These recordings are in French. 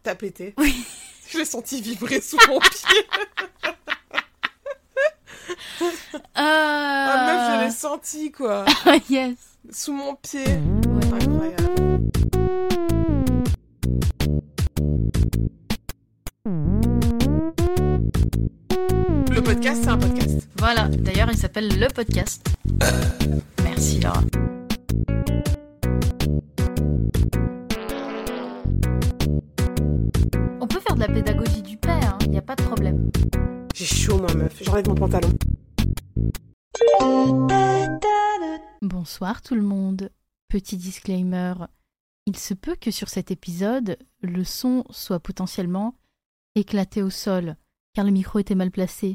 T'as pété? Oui. Je l'ai senti vibrer sous mon pied. Ah meuf, je l'ai senti quoi. Yes. Sous mon pied. Ouais. Incroyable. Le podcast, c'est un podcast. Voilà, d'ailleurs il s'appelle Le Podcast. Merci Laura. On peut faire de la pédagogie du père, y a pas de problème. J'ai chaud moi meuf, j'enlève mon pantalon. Bonsoir tout le monde. Petit disclaimer, il se peut que sur cet épisode, le son soit potentiellement éclaté au sol, car le micro était mal placé.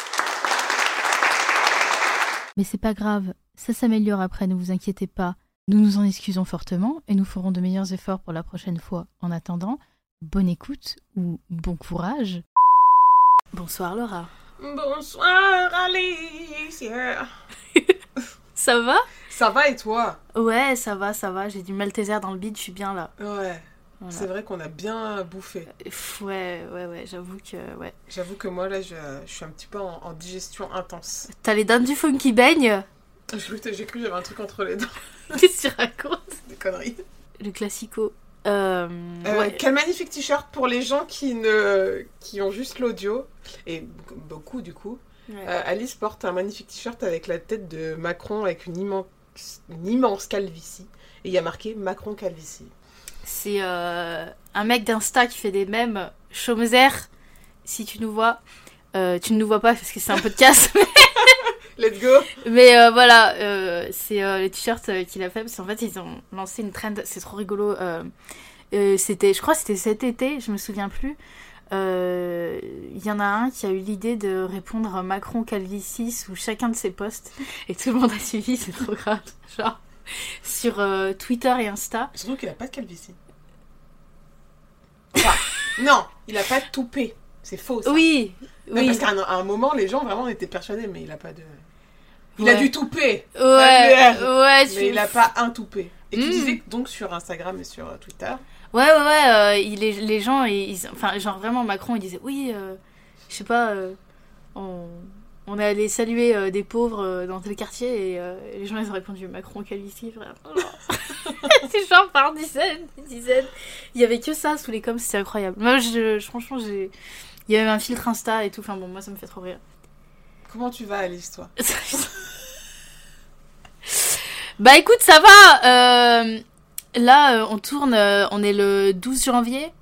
Mais c'est pas grave, ça s'améliore après, ne vous inquiétez pas. Nous nous en excusons fortement et nous ferons de meilleurs efforts pour la prochaine fois. En attendant, bonne écoute ou bon courage. Bonsoir Laura. Bonsoir Alicia. Ça va ? Ça va et toi? Ouais, ça va. J'ai du Malteser dans le bide, je suis bien là. Ouais. Voilà. C'est vrai qu'on a bien bouffé. Ouais, j'avoue que... Ouais. J'avoue que moi, là, je suis un petit peu en digestion intense. T'as les dents du fond qui baignent ? J'ai cru que j'avais un truc entre les dents. Qu'est-ce que tu racontes ? Des conneries. Le classico. Ouais. Quel magnifique t-shirt pour les gens qui ont juste l'audio. Et beaucoup, du coup. Ouais. Alice porte un magnifique t-shirt avec la tête de Macron avec une immense calvitie. Et il y a marqué Macron calvitie. C'est un mec d'Insta qui fait des mèmes. Chaumezer, si tu nous vois. Tu ne nous vois pas parce que c'est un podcast. Let's go. Mais voilà, c'est le t-shirt qu'il a fait. Parce qu'en fait, ils ont lancé une trend. C'est trop rigolo. Je crois que c'était cet été, je me souviens plus. Il y en a un qui a eu l'idée de répondre à Macron calvitie sous chacun de ses posts. Et tout le monde a suivi, c'est trop grave. Genre... sur Twitter et Insta. Surtout qu'il a pas de calvitie. Enfin, non, il a pas de toupet. C'est faux, ça. Oui. Parce qu'à un moment, les gens vraiment étaient persuadés, mais il a pas de... Il a du toupet. Ouais, mais il a pas un toupet. Et tu disais donc sur Instagram et sur Twitter... Ouais, les gens, enfin, genre vraiment, Macron, il disait, oui, je sais pas, on est allé saluer des pauvres dans tel quartier, et les gens, ils ont répondu, Macron calvitie, vraiment. C'est genre par dizaines. Il y avait que ça sous les coms, c'était incroyable. Moi, franchement, il y avait un filtre Insta et tout, enfin bon, moi, ça me fait trop rire. Comment tu vas, Alice, toi? Bah écoute, ça va. Là, on tourne, on est le 12 janvier.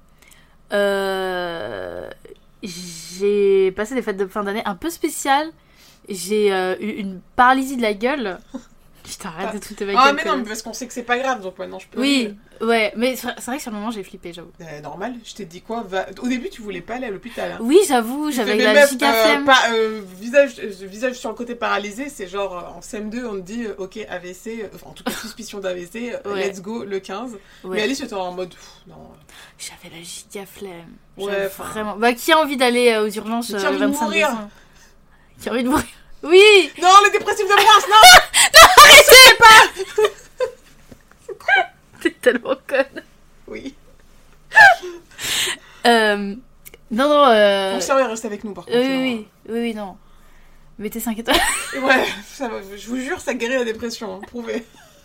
J'ai passé des fêtes de fin d'année un peu spéciales. J'ai eu une paralysie de la gueule. Putain, arrête de tout te Ah, mais non, mais parce qu'on sait que c'est pas grave, donc maintenant je peux... Oui, ouais, mais c'est vrai que sur le moment, j'ai flippé, j'avoue. Normal, je t'ai dit quoi? Au début, tu voulais pas aller à l'hôpital. Hein. Oui, j'avoue, j'avais la giga flemme. Visage sur le côté paralysé, c'est genre, en CM2, on te dit, ok, AVC, en tout cas, suspicion d'AVC, let's go, le 15. Ouais. Mais Alice était en mode, non... J'avais la giga flemme. Ouais, vraiment... Bah, qui a envie d'aller aux urgences le 25 décembre? Qui a envie de mourir? Oui! Non, les dépressifs de France, non! Non, arrêtez pas! T'es tellement conne. Oui. Non. Fonctionnaire, reste avec nous, par contre. Oui, non. Mettez 5 étoiles. Ouais, ça va, je vous jure, ça guérit la dépression, hein, prouvé.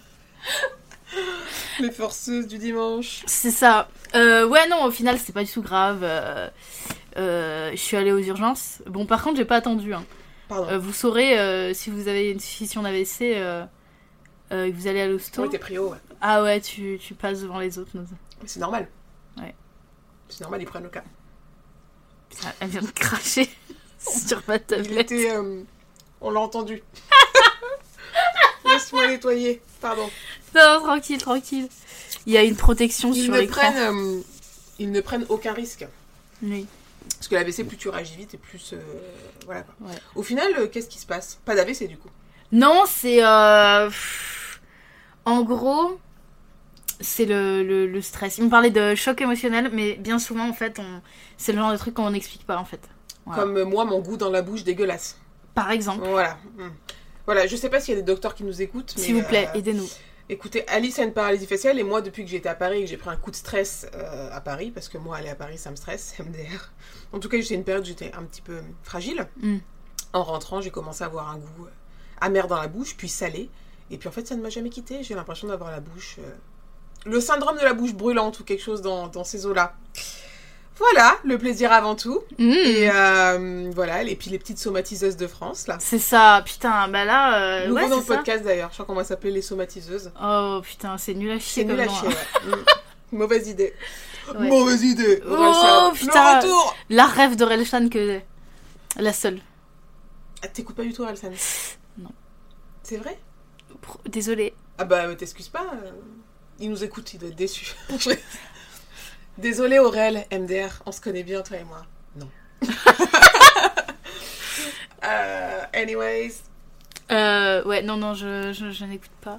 Les forceuses du dimanche. C'est ça. Ouais, non, au final, c'était pas du tout grave. Je suis allée aux urgences. Bon, par contre, j'ai pas attendu, hein. Pardon. Vous saurez, si vous avez une suspicion d'AVC, que vous allez à l'hosto. Oui, t'es prio, ouais. Ah ouais, tu passes devant les autres. Mais c'est normal. Ouais. C'est normal, ils prennent le cas. Putain, elle vient de cracher sur ma tablette. On l'a entendu. Laisse-moi nettoyer, pardon. Non, tranquille. Il y a une protection sur l'écran. Ils ne prennent aucun risque. Oui. Parce que l'AVC, plus tu réagis vite et plus... voilà quoi. Ouais. Au final, qu'est-ce qui se passe? Pas d'AVC du coup? Non, c'est... En gros, c'est le stress. Il me parlait de choc émotionnel, mais bien souvent, en fait, c'est le genre de truc qu'on n'explique pas, en fait. Voilà. Comme moi, mon goût dans la bouche dégueulasse. Par exemple. Voilà. Voilà, je sais pas s'il y a des docteurs qui nous écoutent. Mais s'il vous plaît, aidez-nous. Écoutez, Alice a une paralysie faciale et moi, depuis que j'étais à Paris et que j'ai pris un coup de stress à Paris, parce que moi, aller à Paris, ça me stresse, MDR. En tout cas, j'étais une période où j'étais un petit peu fragile. En rentrant, j'ai commencé à avoir un goût amer dans la bouche, puis salé. Et puis en fait, ça ne m'a jamais quitté. J'ai l'impression d'avoir la bouche... le syndrome de la bouche brûlante ou quelque chose dans ces eaux-là. Voilà, le plaisir avant tout. Et voilà, et puis les petites somatiseuses de France, là. C'est ça, putain, bah là... Nouveau dans le podcast, d'ailleurs. Je crois qu'on va s'appeler les somatiseuses. Oh, putain, c'est nul à chier. C'est nul à chier, ouais. Mauvaise idée. Ouais. Mauvaise idée. Oh, putain. Le retour. La rêve de Relchan que j'ai. La seule. Ah, t'écoutes pas du tout Relchan? Non. C'est vrai? Désolée. Ah bah, t'excuses pas. Il nous écoute, il doit être déçu. Désolée Aurel, MDR, on se connaît bien toi et moi. Non. Anyways. Ouais, non, je n'écoute pas.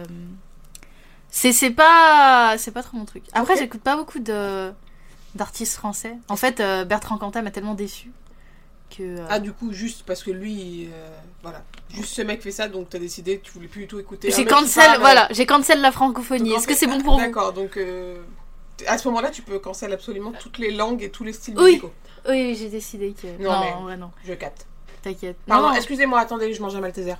C'est pas trop mon truc. Après, okay. J'écoute pas beaucoup d'artistes français. En fait, Bertrand Cantat m'a tellement déçue que... Ah, du coup, juste parce que lui, voilà. Juste ce mec fait ça, donc t'as décidé que tu voulais plus du tout écouter. J'ai cancel la francophonie. Est-ce que c'est bon pour vous? D'accord, donc... à ce moment-là, tu peux cancel absolument toutes les langues et tous les styles musicaux. Oui, j'ai décidé que... Non, mais en vrai, non. Je capte. T'inquiète. Pardon, excusez-moi, attendez, je mange un Malteser.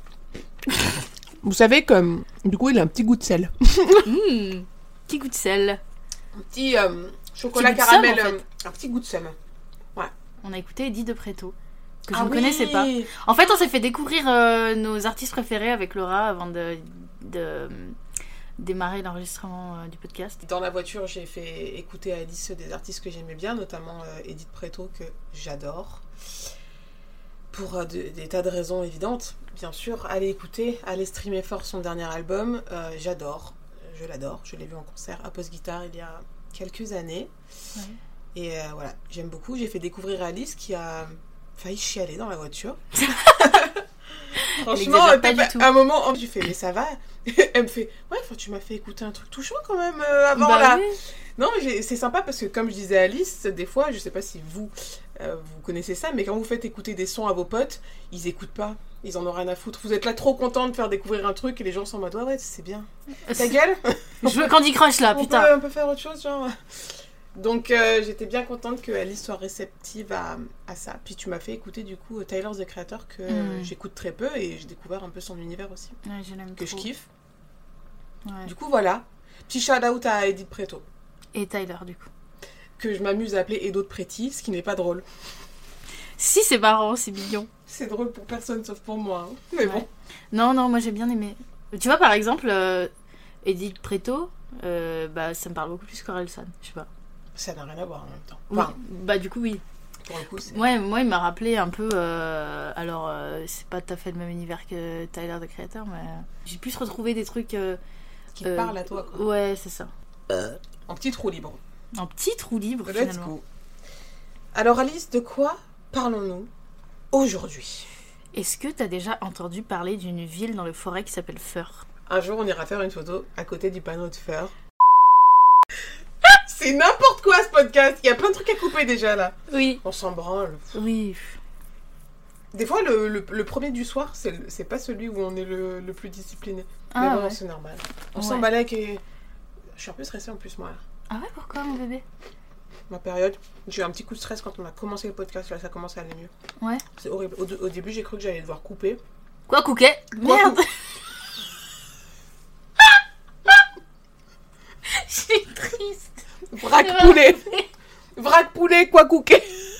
Vous savez que, du coup, il a un petit goût de sel. Petit goût de sel. Un petit chocolat caramel, somme, en fait. Un petit goût de sel. Ouais. On a écouté Edith de Préto, que je ne connaissais pas. En fait, on s'est fait découvrir nos artistes préférés avec Laura avant de démarrer l'enregistrement du podcast. Dans la voiture, j'ai fait écouter à Alice des artistes que j'aimais bien, notamment Edith Préto, que j'adore. Pour des tas de raisons évidentes, bien sûr. Allez écouter, allez streamer fort son dernier album. J'adore, je l'adore. Je l'ai vu en concert à Post Guitare il y a quelques années. Ouais. Et voilà, j'aime beaucoup. J'ai fait découvrir à Alice qui a failli chialer dans la voiture. Franchement, à un moment, j'ai fait, mais ça va? Elle me fait, ouais, tu m'as fait écouter un truc touchant quand même avant là. Oui. Non, mais c'est sympa parce que comme je disais à Alice, des fois, je sais pas si vous connaissez ça, mais quand vous faites écouter des sons à vos potes, ils écoutent pas. Ils en ont rien à foutre. Vous êtes là trop content de faire découvrir un truc et les gens sont en mode, ouais, c'est bien. Ta gueule. Je veux Candy Crush là, putain. On peut faire autre chose, genre. Donc j'étais bien contente que Alice soit réceptive à ça. Puis tu m'as fait écouter du coup Tyler the Creator que j'écoute très peu et j'ai découvert un peu son univers aussi. Ouais, je l'aime que trop. Je kiffe. Ouais. Du coup voilà. Petit shout out à Edith Préto. Et Tyler du coup. Que je m'amuse à appeler Edo de Préti, ce qui n'est pas drôle. Si, c'est marrant, c'est mignon. C'est drôle pour personne sauf pour moi. Hein. Mais bon. Non, moi j'ai bien aimé. Tu vois par exemple Edith Préto, bah ça me parle beaucoup plus qu'Orelsan, je sais pas. Ça n'a rien à voir en même temps. Enfin, oui, bah du coup oui. Pour le coup, c'est... Ouais, moi il m'a rappelé un peu alors c'est pas tout à fait le même univers que Tyler the Creator, mais j'ai pu se retrouver des trucs qui te parlent à toi quoi. Ouais, c'est ça. En petit trou libre. En petit trou libre Let's finalement. Go. Alors Alice, de quoi parlons-nous aujourd'hui? Est-ce que t'as déjà entendu parler d'une ville dans le forêt qui s'appelle Feur? Un jour on ira faire une photo à côté du panneau de Feur. C'est n'importe quoi ce podcast. Il y a plein de trucs à couper déjà là. Oui. On s'en branle. Oui. Des fois, le premier du soir, c'est pas celui où on est le plus discipliné. Mais bon, c'est normal. On s'emballait avec... Je suis un peu stressée en plus, moi. Ah ouais, pourquoi mon bébé? Ma période. J'ai eu un petit coup de stress quand on a commencé le podcast. Là, ça commence à aller mieux. Ouais. C'est horrible. Au début, j'ai cru que j'allais devoir couper. Quoi, couper? Merde. Je suis triste. Vrac poulet. Vrac poulet, quoi couquer.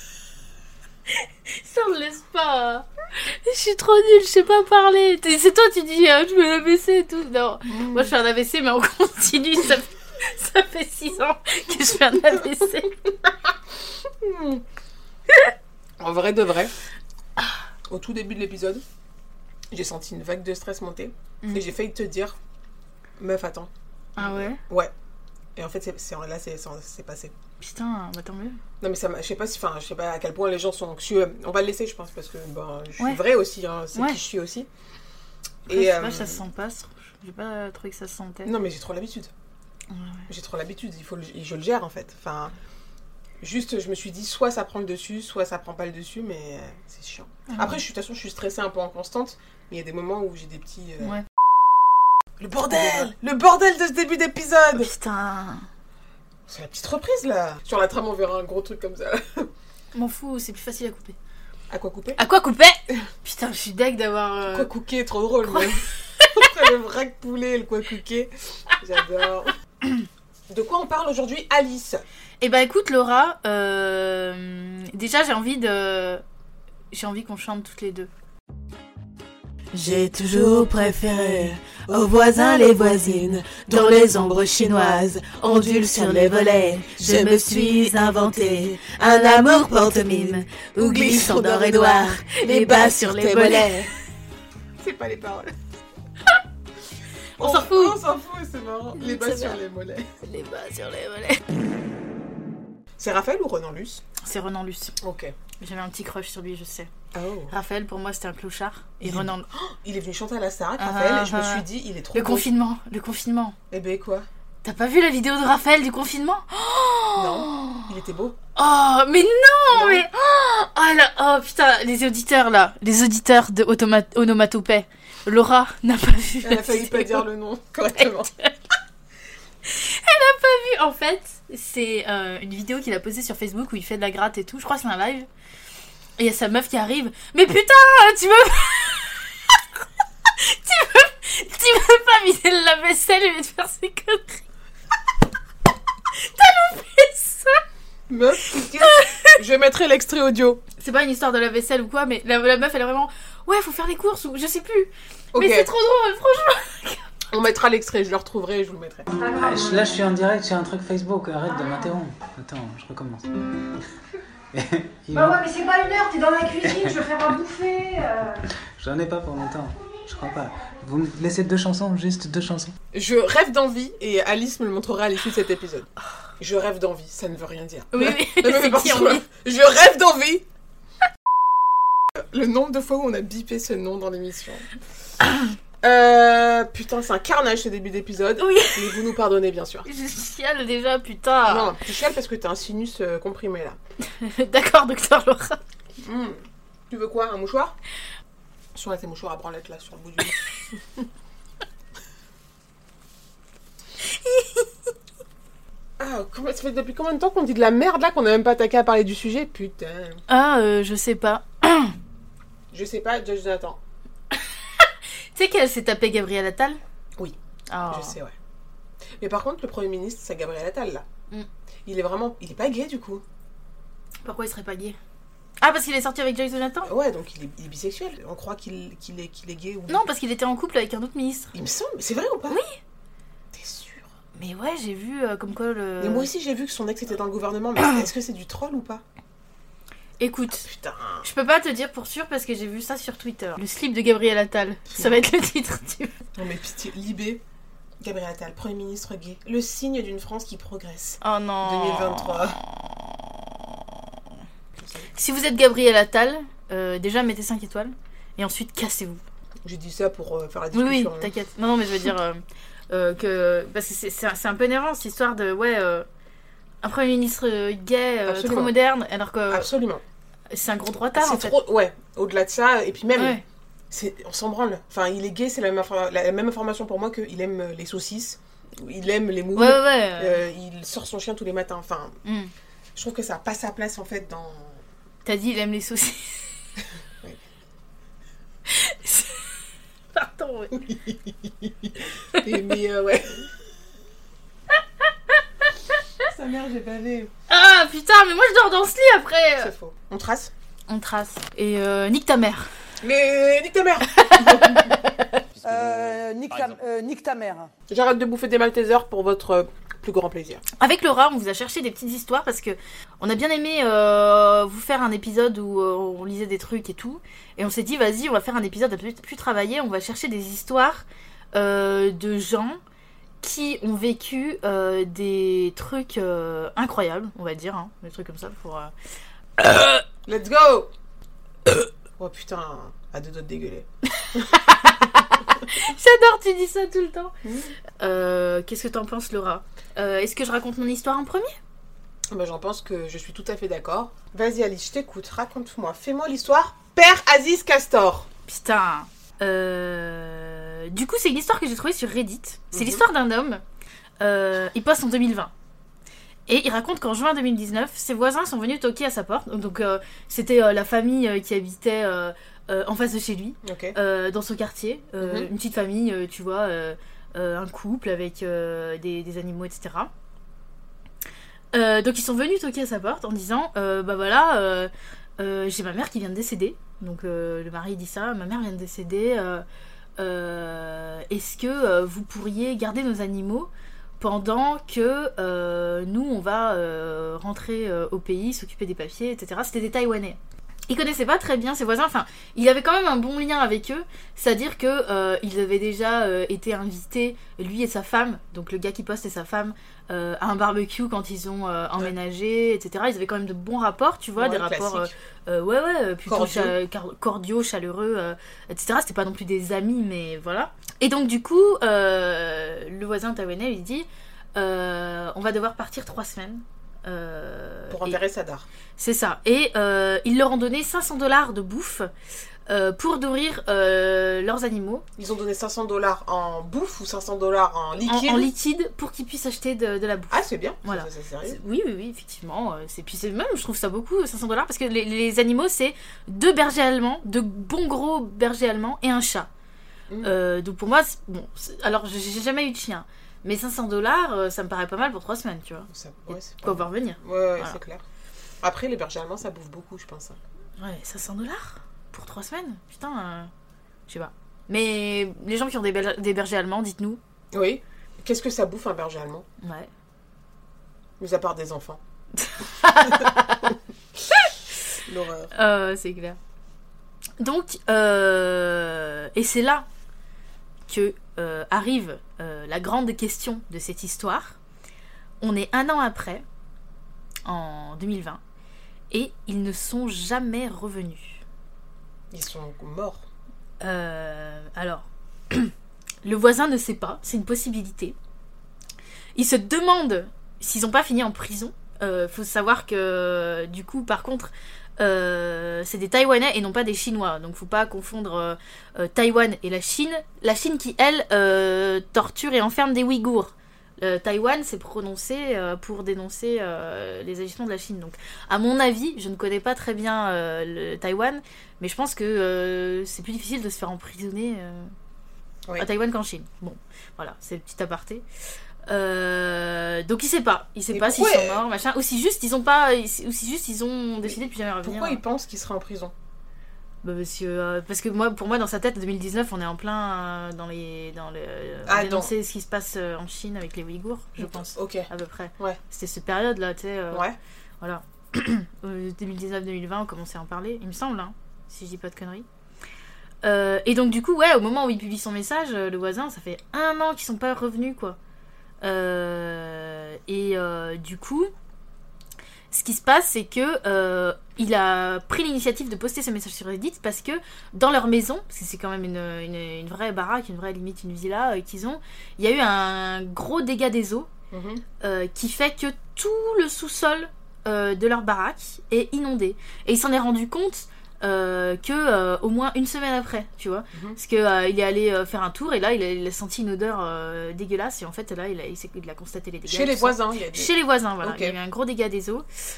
Ça me laisse pas. Je suis trop nulle, je sais pas parler. C'est toi, tu dis, je fais l'AVC et tout. Non, moi je fais un AVC, mais on continue. Ça fait 6 ans que je fais un AVC. En vrai de vrai, au tout début de l'épisode, j'ai senti une vague de stress monter. Et j'ai failli te dire, meuf, attends. Ah ouais? Ouais. Et en fait, c'est passé. Putain, bah tant mieux. Non, mais je sais pas à quel point les gens sont anxieux. On va le laisser, je pense, parce que je suis vraie aussi, hein, c'est qui je suis aussi. Après, et je sais pas, ça se sent pas. J'ai pas trouvé que ça se sentait. Non, mais j'ai trop l'habitude. Ouais. J'ai trop l'habitude, je le gère en fait. Enfin, juste, je me suis dit, soit ça prend le dessus, soit ça prend pas le dessus, mais c'est chiant. Après, de toute façon, je suis stressée un peu en constante, mais il y a des moments où j'ai des petits... Le bordel de ce début d'épisode. Putain. C'est la petite reprise, là. Sur la trame, on verra un gros truc comme ça. M'en fous, c'est plus facile à couper. À quoi couper? À quoi couper? Putain, je suis deg d'avoir... Quoi cooker, trop drôle, même. Le vrac poulet, le quoi cooker. J'adore. De quoi on parle aujourd'hui, Alice? Eh ben écoute, Laura, déjà j'ai envie qu'on chante toutes les deux. J'ai toujours préféré aux voisins les voisines, dont les ombres chinoises ondulent sur les volets. Je me suis inventé un amour pantomime où glissent son or et noir les bas sur les mollets. C'est pas les paroles. On s'en fout. On s'en fout, c'est marrant. Les bas sur les mollets. Les bas sur les mollets. C'est Raphaël ou Renan Luce? C'est Renan Luce. Ok. J'avais un petit crush sur lui, je sais. Oh. Raphaël, pour moi, c'était un clochard. Et Renan... Il est venu chanter à la Starac, Raphaël, et je me suis dit, il est trop Le beau. confinement. Eh ben quoi? T'as pas vu la vidéo de Raphaël du confinement? Non, il était beau. Oh, mais non, mais... Oh, là, oh putain, les auditeurs de Onomatopée. Laura n'a pas vu. Elle a failli pas dire le nom correctement. Elle a pas vu. En fait, c'est une vidéo qu'il a postée sur Facebook où il fait de la gratte et tout. Je crois que c'est un live. Et il y a sa meuf qui arrive. Mais putain, tu veux pas vider le lave-vaisselle et te faire ces conneries. T'as loupé ça. Meuf, je mettrai l'extrait audio. C'est pas une histoire de lave-vaisselle ou quoi, mais la meuf elle est vraiment... Ouais, faut faire les courses ou je sais plus. Okay. Mais c'est trop drôle, franchement. On mettra l'extrait, je le retrouverai et je vous le mettrai. Là, je suis en direct sur un truc Facebook, arrête de m'interrompre. Attends, je recommence. Bah ouais, mais c'est pas une heure, t'es dans la cuisine, je vais faire à bouffer. J'en ai pas pour longtemps, je crois pas. Vous me laissez 2 chansons, juste 2 chansons. Je rêve d'envie et Alice me le montrera à l'issue de cet épisode. Je rêve d'envie, ça ne veut rien dire. Oui, c'est qui envie? Je rêve d'envie. Le nombre de fois où on a bipé ce nom dans l'émission. Putain, c'est un carnage ce début d'épisode. Oui. Mais vous nous pardonnez, bien sûr. Je chiale déjà, putain. Non, tu chiales parce que t'as un sinus comprimé là. D'accord, docteur Laura. Tu veux quoi, un mouchoir? Sur là, tes mouchoirs à branlette là, sur le bout du nez. Ah, ça fait depuis combien de temps qu'on dit de la merde là, qu'on n'a même pas attaqué à parler du sujet? Putain. Ah, je sais pas. Je sais pas, Judge Jonathan. Tu sais qu'elle s'est tapée Gabriel Attal? Oui, oh. Je sais, ouais. Mais par contre, le Premier ministre, c'est Gabriel Attal, là. Il est pas gay, du coup. Pourquoi il serait pas gay? Ah, parce qu'il est sorti avec Joyce Jonathan? Ouais, donc il est bisexuel. On croit qu'il est gay ou... Non, parce qu'il était en couple avec un autre ministre. Il me semble, c'est vrai ou pas? Oui. T'es sûr? Mais ouais, j'ai vu comme quoi le... Mais moi aussi, j'ai vu que son ex était dans le gouvernement, mais est-ce que c'est du troll ou pas? Écoute, putain. Je peux pas te dire pour sûr parce que j'ai vu ça sur Twitter. Le slip de Gabriel Attal. Ça va être le titre, tu vois. Non mais pitié, Libé, Gabriel Attal, Premier ministre gay. Le signe d'une France qui progresse. Oh non. 2023. Si vous êtes Gabriel Attal, déjà mettez 5 étoiles et ensuite cassez-vous. J'ai dit ça pour faire la discussion. Oui, t'inquiète. Non, mais je veux dire que... Parce que c'est un peu énervant cette histoire de... Ouais, un Premier ministre gay, trop moderne, alors que... Absolument. C'est un gros droitard, en fait. Trop... Ouais, au-delà de ça, et puis même... Ouais. On s'en branle. Enfin, il est gay, c'est la même information pour moi qu'il aime les saucisses, il aime les moules, il sort son chien tous les matins. Enfin, je trouve que ça n'a pas sa place, en fait, dans... T'as dit il aime les saucisses. Oui. Pardon, oui. Mais ouais. Sa mère, j'ai bavé. Ah putain, mais moi je dors dans ce lit après. C'est faux. On trace. On trace. Et nique ta mère. Mais nique ta mère. Nique ta mère. J'arrête de bouffer des Maltesers pour votre plus grand plaisir. Avec Laura, on vous a cherché des petites histoires parce que on a bien aimé vous faire un épisode où on lisait des trucs et tout. Et on s'est dit, vas-y, on va faire un épisode un peu plus travaillé. On va chercher des histoires de gens qui ont vécu des trucs incroyables, on va dire. Hein, des trucs comme ça pour... Let's go. Oh putain, à 2 doigts de dégueuler. J'adore, tu dis ça tout le temps. Qu'est-ce que t'en penses, Laura? Est-ce que je raconte mon histoire en premier? Bah, j'en pense que je suis tout à fait d'accord. Vas-y Alice, je t'écoute, raconte-moi. Fais-moi l'histoire Père Aziz Castor. Putain. Du coup, c'est une histoire que j'ai trouvée sur Reddit. C'est l'histoire d'un homme. Il poste en 2020. Et il raconte qu'en juin 2019, ses voisins sont venus toquer à sa porte. Donc, c'était la famille qui habitait en face de chez lui, dans son quartier. Une petite famille, tu vois, un couple avec des animaux, etc. Donc, ils sont venus toquer à sa porte en disant bah voilà, j'ai ma mère qui vient de décéder. Donc, le mari dit ça, ma mère vient de décéder. Est-ce que vous pourriez garder nos animaux pendant que nous on va rentrer au pays, s'occuper des papiers, etc. C'était des Taïwanais. Il connaissait pas très bien ses voisins, enfin il avait quand même un bon lien avec eux, c'est-à-dire que ils avaient déjà été invités, lui et sa femme, donc le gars qui poste et sa femme, à un barbecue quand ils ont emménagé, etc. Ils avaient quand même de bons rapports, tu vois, des rapports plutôt cordiaux, chaleureux, etc. C'était pas non plus des amis, mais voilà. Et donc du coup, le voisin taïwanais lui dit on va devoir partir 3 semaines. Pour enterrer Sadar. C'est ça. Et ils leur ont donné $500 de bouffe pour nourrir leurs animaux. Ils ont donné $500 en bouffe ou $500 en liquide en liquide pour qu'ils puissent acheter de la bouffe. Ah, c'est bien. Voilà. C'est sérieux. Oui, effectivement. Puis même, je trouve ça beaucoup, $500, parce que les animaux, c'est 2 bergers allemands, 2 bons gros bergers allemands et un chat. Donc pour moi, alors j'ai jamais eu de chien. Mais $500, ça me paraît pas mal pour 3 semaines, tu vois. C'est quoi va revenir. Ouais, voilà. C'est clair. Après, les bergers allemands, ça bouffe beaucoup, je pense. Ouais, $500 pour 3 semaines. Putain, je sais pas. Mais les gens qui ont des bergers allemands, dites-nous. Oui. Qu'est-ce que ça bouffe un berger allemand ? Ouais. Mis à part des enfants. L'horreur. C'est clair. Donc, et c'est là que arrive la grande question de cette histoire. On est 1 an après, en 2020, et ils ne sont jamais revenus. Ils sont morts. Alors, le voisin ne sait pas, c'est une possibilité. Il se demande s'ils n'ont pas fini en prison. Faut savoir que, du coup, par contre, c'est des Taïwanais et non pas des Chinois. Donc faut pas confondre Taïwan et la Chine. La Chine qui, elle, torture et enferme des Ouïghours. Taïwan, c'est prononcé pour dénoncer les agissements de la Chine. Donc, à mon avis, je ne connais pas très bien le Taïwan, mais je pense que c'est plus difficile de se faire emprisonner à Taïwan qu'en Chine. Bon, voilà, c'est le petit aparté. Donc il sait pas s'ils sont morts, machin. Ou si juste ils ont décidé de plus jamais revenir. Pourquoi ils pensent qu'il sera en prison ? Parce que pour moi dans sa tête 2019 on est en plein dans dénoncer ce qui se passe en Chine avec les Ouïghours, je pense. À peu près. Ouais. C'était cette période là, tu sais. Ouais. Voilà. 2019-2020 on commençait à en parler, il me semble, hein, si je dis pas de conneries. Et donc du coup au moment où il publie son message, le voisin, ça fait 1 an qu'ils sont pas revenus quoi. Du coup, ce qui se passe, c'est que il a pris l'initiative de poster ce message sur Reddit parce que dans leur maison, parce que c'est quand même une vraie baraque, une vraie limite, une villa qu'ils ont, il y a eu un gros dégât des eaux qui fait que tout le sous-sol de leur baraque est inondé. Et il s'en est rendu compte au moins 1 semaine après, tu vois, parce que il est allé faire un tour et là il a senti une odeur dégueulasse et en fait là il a constaté les dégâts chez les voisins. Chez les voisins, voilà. Il y a eu un gros dégât des eaux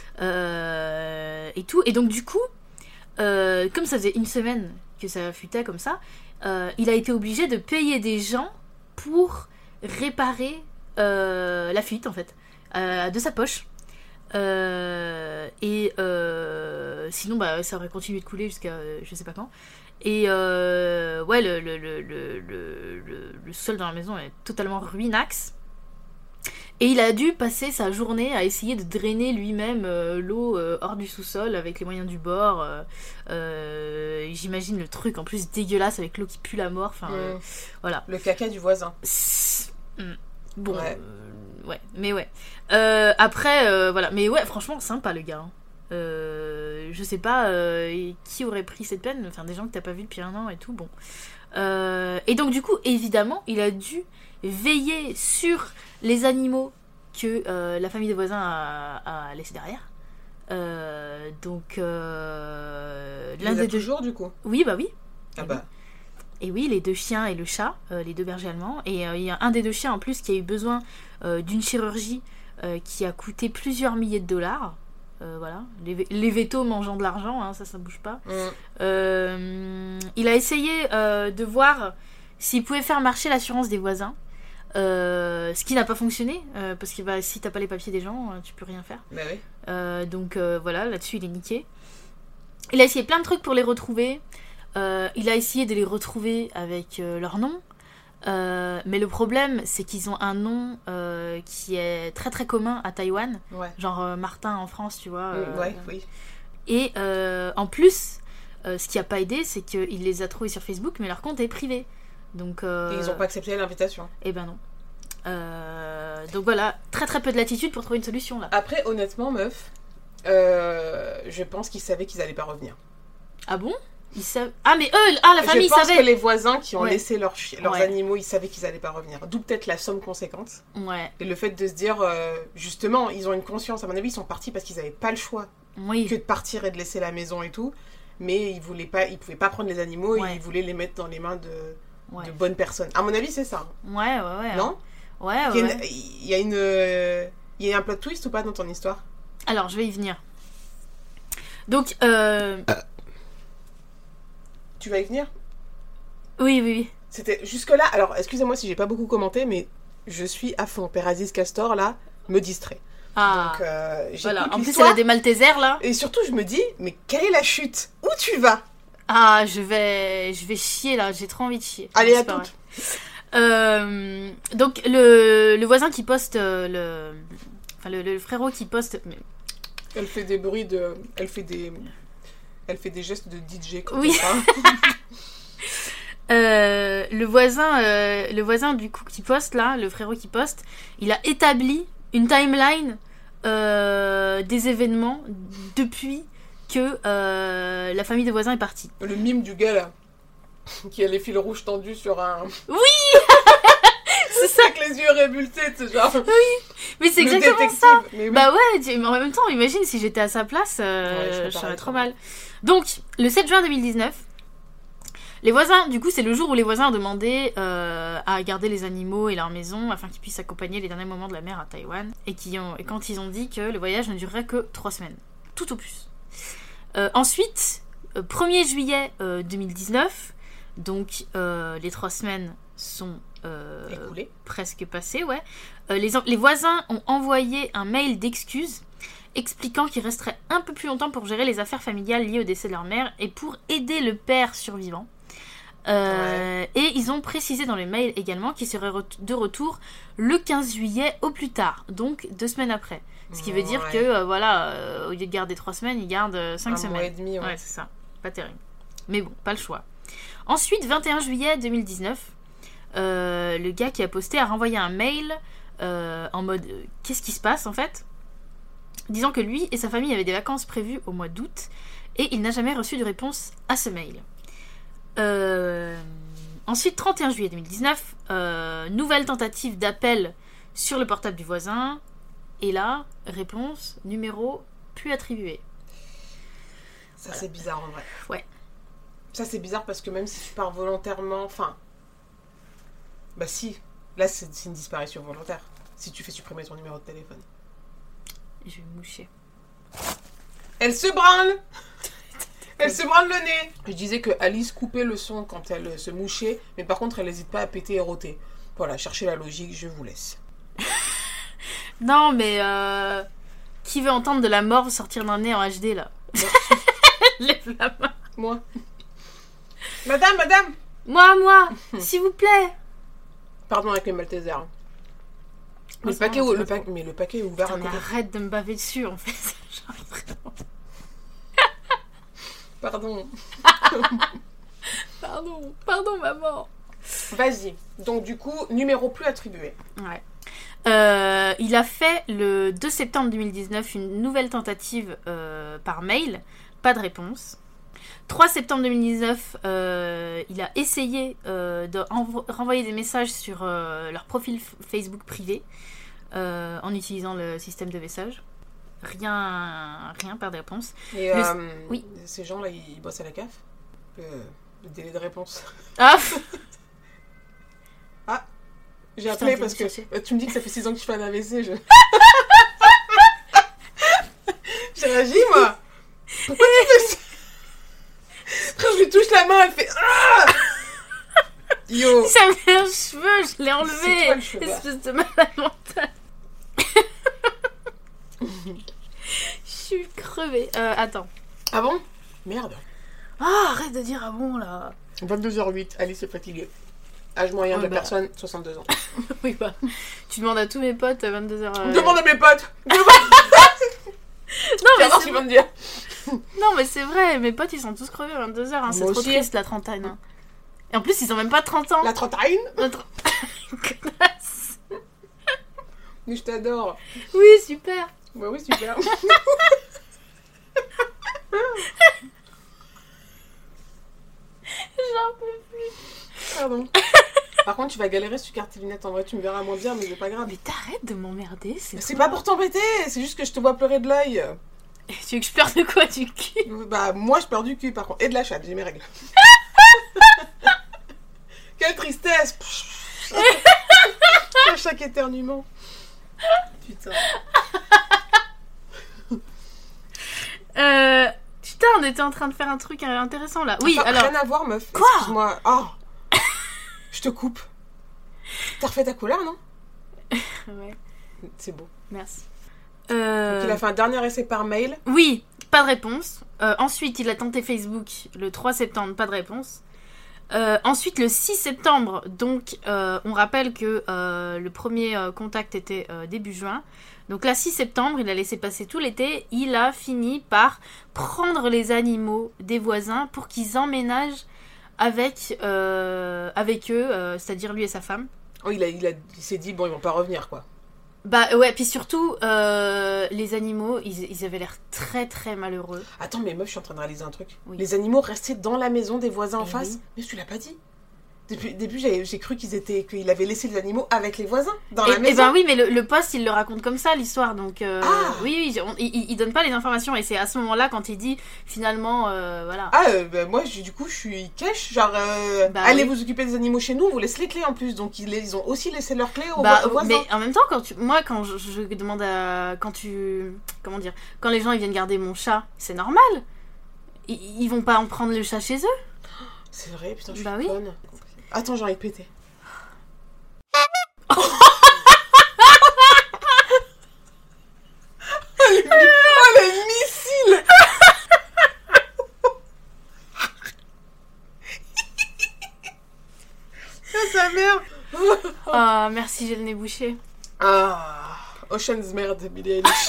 et tout, et donc du coup comme ça faisait 1 semaine que ça fuitait comme ça, il a été obligé de payer des gens pour réparer la fuite en fait de sa poche. Sinon ça aurait continué de couler jusqu'à je sais pas quand. Et le sol dans la maison est totalement ruinax. Et il a dû passer sa journée à essayer de drainer lui-même l'eau hors du sous-sol avec les moyens du bord. J'imagine le truc en plus dégueulasse avec l'eau qui pue la mort. Voilà. Le caca du voisin. Bon. Après, voilà. Mais ouais, franchement, sympa le gars. Je sais pas qui aurait pris cette peine. Enfin, des gens que t'as pas vu depuis 1 an et tout. Bon. Et donc, du coup, évidemment, il a dû veiller sur les animaux que la famille des voisins a laissé derrière. L'un des 2 jours, du coup. Oui, bah oui. Ah bah. Et oui, les 2 chiens et le chat, les 2 bergers allemands. Et il y a un des 2 chiens en plus qui a eu besoin d'une chirurgie qui a coûté plusieurs milliers de dollars. Voilà, les vétos mangeant de l'argent, hein, ça bouge pas. Il a essayé de voir s'il pouvait faire marcher l'assurance des voisins. Ce qui n'a pas fonctionné, parce que si t'as pas les papiers des gens, tu peux rien faire. Bah oui. Donc voilà, là-dessus il est niqué. Il a essayé plein de trucs pour les retrouver. Il a essayé de les retrouver avec leur nom. Mais le problème, c'est qu'ils ont un nom qui est très très commun à Taïwan. Ouais. Genre Martin en France, tu vois. Ouais, oui. Et en plus, ce qui a pas aidé, c'est qu'il les a trouvés sur Facebook, mais leur compte est privé. Donc, Et ils ont pas accepté l'invitation. Eh ben non. Donc voilà, très très peu de latitude pour trouver une solution là. Après, honnêtement, meuf, je pense qu'ils savaient qu'ils allaient pas revenir. Ah bon? Ils savent... Ah mais eux, la famille je pense savait. que les voisins qui ont Ouais. laissé leurs animaux, ils savaient qu'ils allaient pas revenir. D'où peut-être la somme conséquente. Ouais. Et le fait de se dire, justement, ils ont une conscience. À mon avis, ils sont partis parce qu'ils avaient pas le choix Oui. que de partir et de laisser la maison et tout. Mais ils pouvaient pas prendre les animaux Ouais. et ils voulaient les mettre dans les mains de Ouais. bonnes personnes. À mon avis, c'est ça. Ouais. Non? Ouais. Il y a un plot twist ou pas dans ton histoire? Alors, je vais y venir. Donc, Tu vas y venir? oui. C'était jusque-là. Alors, excusez-moi si j'ai pas beaucoup commenté, mais je suis à fond. Père Aziz Castor, là, me distrait. Ah. Donc, j'écoute Voilà. En plus, elle l'histoire. a des Maltesers là. Et surtout, je me dis, mais quelle est la chute? Où tu vas? Ah, je vais chier là. J'ai trop envie de chier. Allez, C'est à pas toutes. vrai. Donc, le voisin qui poste le frérot qui poste. Elle fait des bruits de... Elle fait des gestes de DJ comme Oui. ça. Le voisin du coup qui poste là, le frérot qui poste, il a établi une timeline des événements depuis que la famille des voisins est partie. Le mime du gars, là, qui a les fils rouges tendus sur un... Oui. C'est ça. Avec les yeux révulsés, tu sais, genre... Mais c'est le exactement détective. ça. Mais oui. Bah ouais, mais en même temps, imagine si j'étais à sa place, je je serais serais trop pareil. mal. Donc, le 7 juin 2019, les voisins, du coup, c'est le jour où les voisins ont demandé à garder les animaux et leur maison afin qu'ils puissent accompagner les derniers moments de la mer à Taïwan. Et quand ils ont dit que le voyage ne durerait que 3 semaines. Tout au plus. Ensuite, 1er juillet 2019, donc les 3 semaines sont Écoulé. presque passées, ouais. Les voisins ont envoyé un mail d'excuses expliquant qu'il resterait un peu plus longtemps pour gérer les affaires familiales liées au décès de leur mère et pour aider le père survivant. Et ils ont précisé dans le mail également qu'ils seraient de retour le 15 juillet au plus tard, donc 2 semaines après. Ce qui veut dire que, au lieu de garder 3 semaines, ils gardent 5 semaines. Un mois et demi, ouais, c'est ça. Pas terrible. Mais bon, pas le choix. Ensuite, 21 juillet 2019, le gars qui a posté a renvoyé un mail en mode qu'est-ce qui se passe en fait, disant que lui et sa famille avaient des vacances prévues au mois d'août et il n'a jamais reçu de réponse à ce mail. Ensuite, 31 juillet 2019, nouvelle tentative d'appel sur le portable du voisin et là, réponse numéro plus attribué. Ça, c'est bizarre en vrai. Ouais. Ça, c'est bizarre parce que même si tu pars volontairement... Enfin... Bah si. Là, c'est une disparition volontaire. Si tu fais supprimer ton numéro de téléphone. Je vais me moucher. Elle se branle. Elle se branle le nez. Je disais que Alice coupait le son quand elle se mouchait, mais par contre, elle n'hésite pas à péter et rôter. Voilà, cherchez la logique, je vous laisse. Non, mais qui veut entendre de la morve sortir d'un nez en HD, là? Lève la main. Moi. Madame. Moi, s'il vous plaît. Pardon avec les Maltesers. Mais le paquet est ouvert à Putain, mais côté. arrête de me baver dessus, en fait. Genre, vraiment. Pardon. Pardon, maman. Vas-y. Donc du coup, numéro plus attribué. Ouais. Il a fait le 2 septembre 2019 une nouvelle tentative par mail. Pas de réponse. 3 septembre 2019, il a essayé de renvoyer des messages sur leur profil Facebook privé en utilisant le système de message. Rien, pas de réponse. Et Oui. ces gens-là, ils bossent à la CAF. Le délai de réponse. Ah. J'ai appelé parce que tu me dis que ça fait 6 ans que je fais un AVC. J'ai réagi, moi. Pourquoi tu fais ça? Quand je lui touche la main, elle fait ah. Yo. J'avais un cheveu, je l'ai enlevé. C'est toi le cheveu. Espèce de malade mental. Je suis crevée. Attends. Ah bon? Merde. Ah, arrête de dire ah bon là. 22h08, Alice est fatiguée. Âge moyen de la bah. personne, 62 ans. Oui, bah. Tu demandes à tous mes potes à 22h. Demande à mes potes. Non, Tu vas mais voir ce qu'ils vont me dire. Non, mais c'est vrai, mes potes ils sont tous crevés à 22h. Hein. C'est Moi trop aussi. triste la trentaine. Hein. Et en plus, ils ont même pas 30 ans. La trentaine. Notre- Connasse. Mais je t'adore. Oui, super. Bah oui, super. J'en peux plus. Pardon. Par contre, tu vas galérer si tu cartes tes lunettes. En vrai, tu me verras moins bien, mais c'est pas grave. Mais t'arrêtes de m'emmerder, c'est C'est trop- pas pour t'embêter, c'est juste que je te vois pleurer de l'œil. Tu veux que je pleure de quoi, du cul? Bah, moi, je pleure du cul, par contre. Et de la chatte, j'ai mes règles. Quelle tristesse. À chaque éternuement. Putain. Putain, on était en train de faire un truc intéressant là. Oui, Enfin, alors. rien à voir, meuf. Quoi? Excuse-moi. Oh. Je te coupe. T'as refait ta couleur, non? Ouais, C'est beau. merci. Donc, il a fait un dernier essai par mail. Oui, pas de réponse. Ensuite, il a tenté Facebook le 3 septembre, pas de réponse. Ensuite, le 6 septembre, donc, on rappelle que le premier contact était début juin. Donc là, 6 septembre, il a laissé passer tout l'été. Il a fini par prendre les animaux des voisins pour qu'ils emménagent avec eux, c'est-à-dire lui et sa femme. Oh, il s'est dit, bon, ils vont pas revenir, quoi. Bah ouais, puis surtout, les animaux, ils avaient l'air très très malheureux. Attends, mais meuf, je suis en train de réaliser un truc. Oui. Les animaux restaient dans la maison des voisins en Eh face. oui. Mais tu l'as pas dit. Depuis le début, j'ai cru qu'il avait laissé les animaux avec les voisins, dans la Et maison. ben oui, mais le poste, il le raconte comme ça, l'histoire. Donc, Ah. oui, il donne pas les informations. Et c'est à ce moment-là, quand il dit, finalement, voilà. Ah, bah, moi, du coup, je suis cash. Genre, Bah allez oui. vous occuper des animaux chez nous, on vous laisse les clés en plus. Donc, ils ont aussi laissé leurs clés aux voisins. Mais en même temps, quand je demande à. Comment dire? Quand les gens ils viennent garder mon chat, c'est normal. Ils vont pas en prendre le chat chez eux. C'est vrai, putain, je suis Bah oui. conne. Attends, j'ai envie de péter. Oh, le missile. Ah, sa mère. Ah, merci, j'ai le nez bouché. Ah, Ocean's merde, Billie Eilish.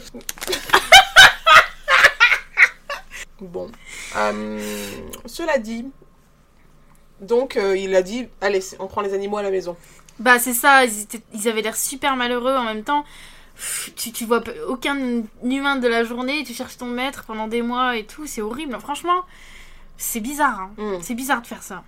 Bon. Cela dit, donc il a dit, allez, on prend les animaux à la maison. Bah c'est ça, ils avaient l'air super malheureux en même temps. Tu vois aucun humain de la journée, tu cherches ton maître pendant des mois et tout, c'est horrible. Franchement, c'est bizarre. Hein. C'est bizarre de faire ça.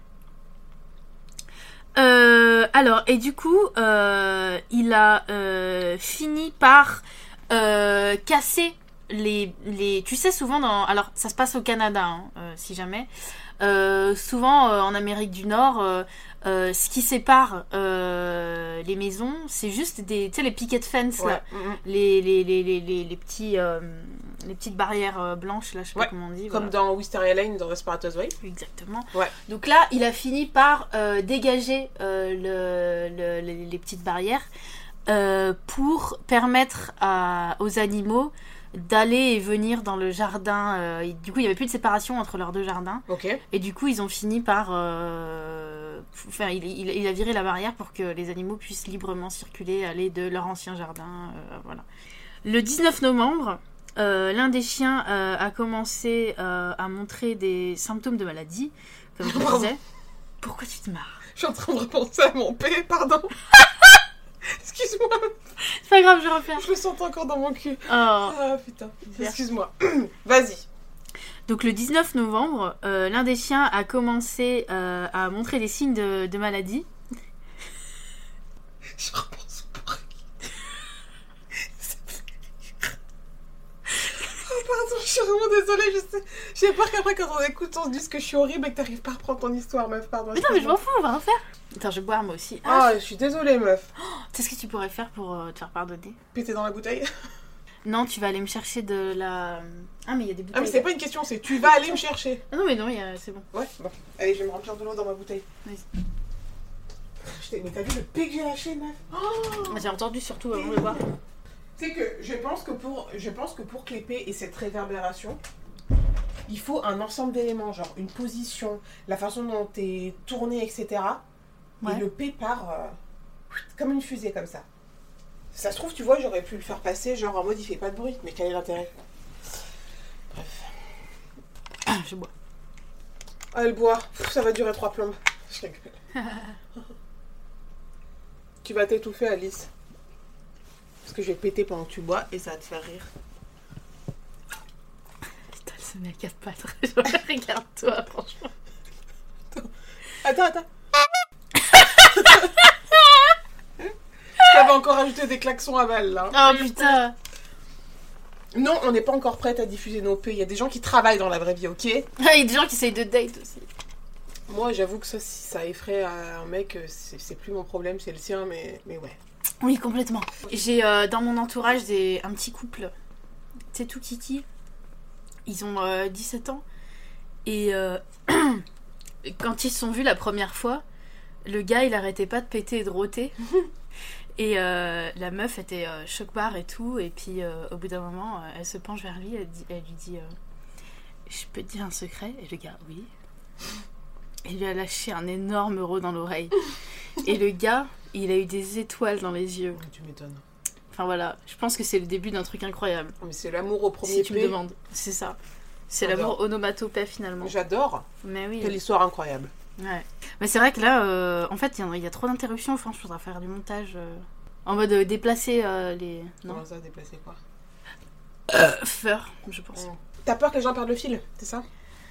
Alors, et du coup, il a fini par casser les... Tu sais, souvent dans... Alors, ça se passe au Canada, hein, si jamais. Souvent, en Amérique du Nord, ce qui sépare les maisons, c'est juste des... Tu sais, les picket fence, Ouais. là. Les petites barrières blanches, là, je sais pas Ouais. comment on dit. Comme voilà. dans Wisteria Lane, dans Desperate Housewives. Exactement. Ouais. Donc là, il a fini par dégager les petites barrières pour permettre aux animaux d'aller et venir dans le jardin. Du coup, il n'y avait plus de séparation entre leurs deux jardins. Ok. Et du coup, ils ont fini par... Enfin, il a viré la barrière pour que les animaux puissent librement circuler, aller de leur ancien jardin. Voilà. Le 19 novembre, l'un des chiens a commencé à montrer des symptômes de maladie, comme je disais. Pourquoi tu te marres? Je suis en train de repenser à mon P, pardon. Excuse-moi, C'est pas grave, je refais. je le sens encore dans mon cul. Oh. Ah putain, excuse-moi. Vas-y. Donc le 19 novembre, l'un des chiens a commencé à montrer des signes de maladie. Je repense au bruit. Ça me fait rire. Oh je suis vraiment désolée, j'ai peur qu'après quand on écoute on se dise que je suis horrible et que t'arrives pas à reprendre ton histoire, meuf, pardon. Mais non, mais je m'en fous, on va en faire. Attends, je vais boire moi aussi. Ah, je suis désolée, meuf. Tu sais ce que tu pourrais faire pour te faire pardonner? Péter dans la bouteille. Non, tu vas aller me chercher de la... Ah, mais il y a des bouteilles. Ah, mais c'est pas une question, c'est tu vas aller me chercher. Ah non, mais non, c'est bon. Ouais, bon. Allez, je vais me remplir de l'eau dans ma bouteille. Vas-y. Mais t'as vu le P que j'ai lâché, meuf? Oh, j'ai entendu surtout avant de boire. Tu sais que je pense que pour que l'épée ait cette réverbération, il faut un ensemble d'éléments, genre une position, la façon dont t'es tourné, etc. Ouais. Et le P part comme une fusée, comme ça. Ça se trouve, tu vois, j'aurais pu le faire passer, genre en mode il fait pas de bruit, mais quel est l'intérêt? Bref. Je bois. Ah, elle boit. Ça va durer 3 plombes. Je rigole. Tu vas t'étouffer, Alice. Parce que je vais péter pendant que tu bois et ça va te faire rire. Putain, elle se met à 4 pattes. Regarde-toi, franchement. Attends. J'avais encore ajouté des klaxons à balle, là. Oh putain. Non, on n'est pas encore prête à diffuser nos P. Il y a des gens qui travaillent dans la vraie vie, ok? Il y a des gens qui essayent de date aussi. Moi, j'avoue que ça, si ça effraie un mec, c'est plus mon problème, c'est le sien, mais ouais. Oui, complètement. J'ai dans mon entourage un petit couple, c'est tout kiki. Ils ont 17 ans. Et quand ils se sont vus la première fois, le gars, il arrêtait pas de péter et de rôter. Et la meuf était choc-barre et tout. Et puis, au bout d'un moment, elle se penche vers lui, elle lui dit je peux te dire un secret? Et le gars, oui. Il lui a lâché un énorme rot dans l'oreille. Et le gars, il a eu des étoiles dans les yeux. Tu m'étonnes. Enfin voilà, je pense que c'est le début d'un truc incroyable. Mais c'est l'amour au premier si tu me demandes, c'est ça. C'est l'amour onomatopée finalement. J'adore. Mais oui. Quelle histoire incroyable. Ouais. Mais c'est vrai que là, en fait, il y a trop d'interruptions. Enfin, je faudra faire du montage en mode déplacer les... Non. Comment ça, déplacer quoi? Faire, je pense. T'as peur que les gens perdent le fil, c'est ça?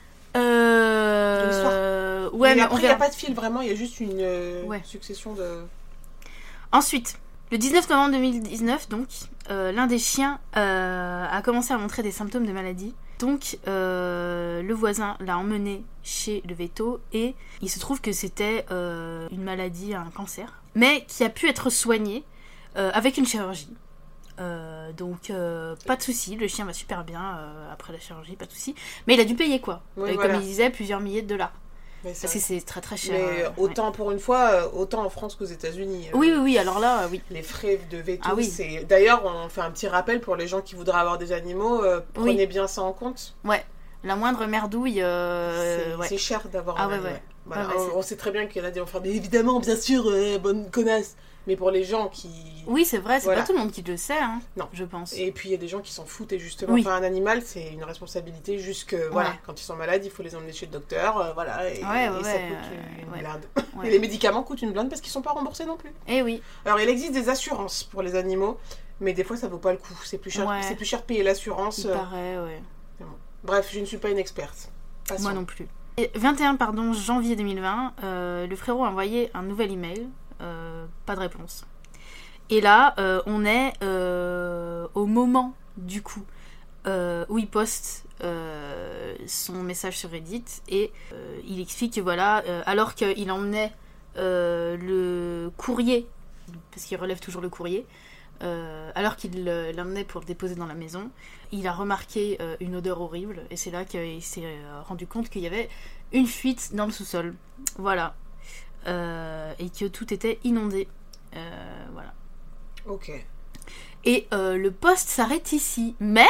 Ouais, mais après, il n'y a pas de fil vraiment, il y a juste une succession de... Ensuite, le 19 novembre 2019, donc, l'un des chiens a commencé à montrer des symptômes de maladie. Donc, le voisin l'a emmené chez le véto et il se trouve que c'était une maladie, un cancer, mais qui a pu être soigné avec une chirurgie. Donc pas de souci, le chien va super bien après la chirurgie, pas de souci. Mais il a dû payer quoi. Oui, comme il disait, plusieurs milliers de dollars. Parce que c'est très très cher. Mais autant pour une fois, autant en France qu'aux États-Unis. Oui, alors là, oui. Les frais de veto, c'est. D'ailleurs, on fait un petit rappel pour les gens qui voudraient avoir des animaux, prenez bien ça en compte. Ouais, la moindre merdouille. C'est cher d'avoir un animal. Voilà. Ouais, on sait très bien qu'il y en a des enfants, mais évidemment, bien sûr, bonne connasse. Mais pour les gens qui... Oui, c'est vrai, c'est pas tout le monde qui le sait, hein, non. Je pense. Et puis il y a des gens qui s'en foutent, et justement, enfin, un animal, c'est une responsabilité, juste que, voilà, quand ils sont malades, il faut les emmener chez le docteur, voilà, et ça coûte une blinde. Et les médicaments coûtent une blinde parce qu'ils sont pas remboursés non plus. Eh oui. Alors, il existe des assurances pour les animaux, mais des fois, ça vaut pas le coup. C'est plus cher, c'est plus cher de payer l'assurance. Il paraît, bon. Bref, je ne suis pas une experte. Passons. Moi non plus. Et 21 janvier 2020, le frérot a envoyé un nouvel email, pas de réponse. Et là, on est au moment, du coup, où il poste son message sur Reddit et il explique que voilà, alors qu'il emmenait le courrier, parce qu'il relève toujours le courrier, alors qu'il l'emmenait pour le déposer dans la maison, il a remarqué une odeur horrible et c'est là qu'il s'est rendu compte qu'il y avait une fuite dans le sous-sol. Voilà. Et que tout était inondé. Voilà. Ok. Et le post s'arrête ici. Mais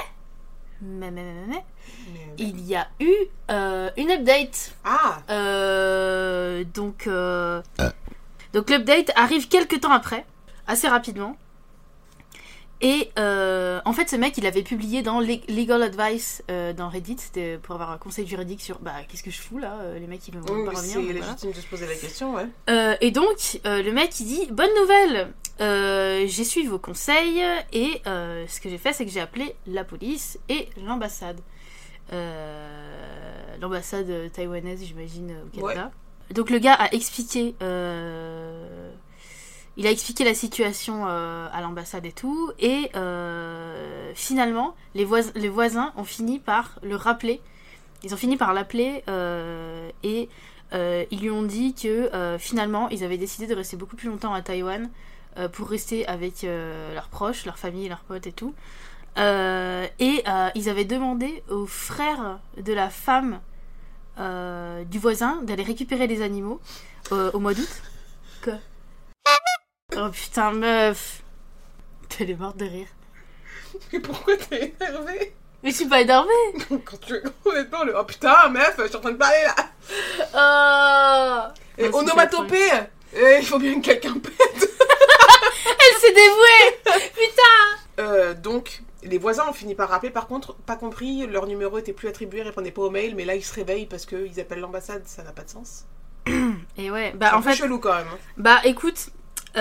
il y a eu une update. Donc l'update arrive quelques temps après, assez rapidement. Et en fait, ce mec, il avait publié dans Legal Advice dans Reddit, c'était pour avoir un conseil juridique sur qu'est-ce que je fous là, les mecs ils vont pas revenir. C'est légitime de se poser la question, ouais. Et donc, le mec il dit bonne nouvelle, j'ai suivi vos conseils et ce que j'ai fait, c'est que j'ai appelé la police et l'ambassade. L'ambassade taïwanaise, j'imagine, au Canada. Ouais. Donc, le gars a expliqué. Il a expliqué la situation à l'ambassade et tout, et finalement, les voisins ont fini par le rappeler. Ils ont fini par l'appeler et ils lui ont dit que finalement, ils avaient décidé de rester beaucoup plus longtemps à Taïwan pour rester avec leurs proches, leur famille, leurs potes et tout. Et ils avaient demandé au frère de la femme du voisin d'aller récupérer les animaux au mois d'août. Quoi ? Oh putain, meuf. Elle est morte de rire. Mais pourquoi t'es énervée? Mais je suis pas énervée. Quand tu honnêtement, oh putain, meuf, je suis en train de parler là. Et Non, onomatopée. Il faut bien que quelqu'un pète. Elle s'est dévouée. Putain. Donc, les voisins ont fini par rappeler. Par contre, pas compris, leur numéro était plus attribué, ils répondaient pas aux mails, mais là ils se réveillent parce qu'ils appellent l'ambassade, ça n'a pas de sens. Et ouais, bah c'est en un peu fait, chelou quand même. bah écoute,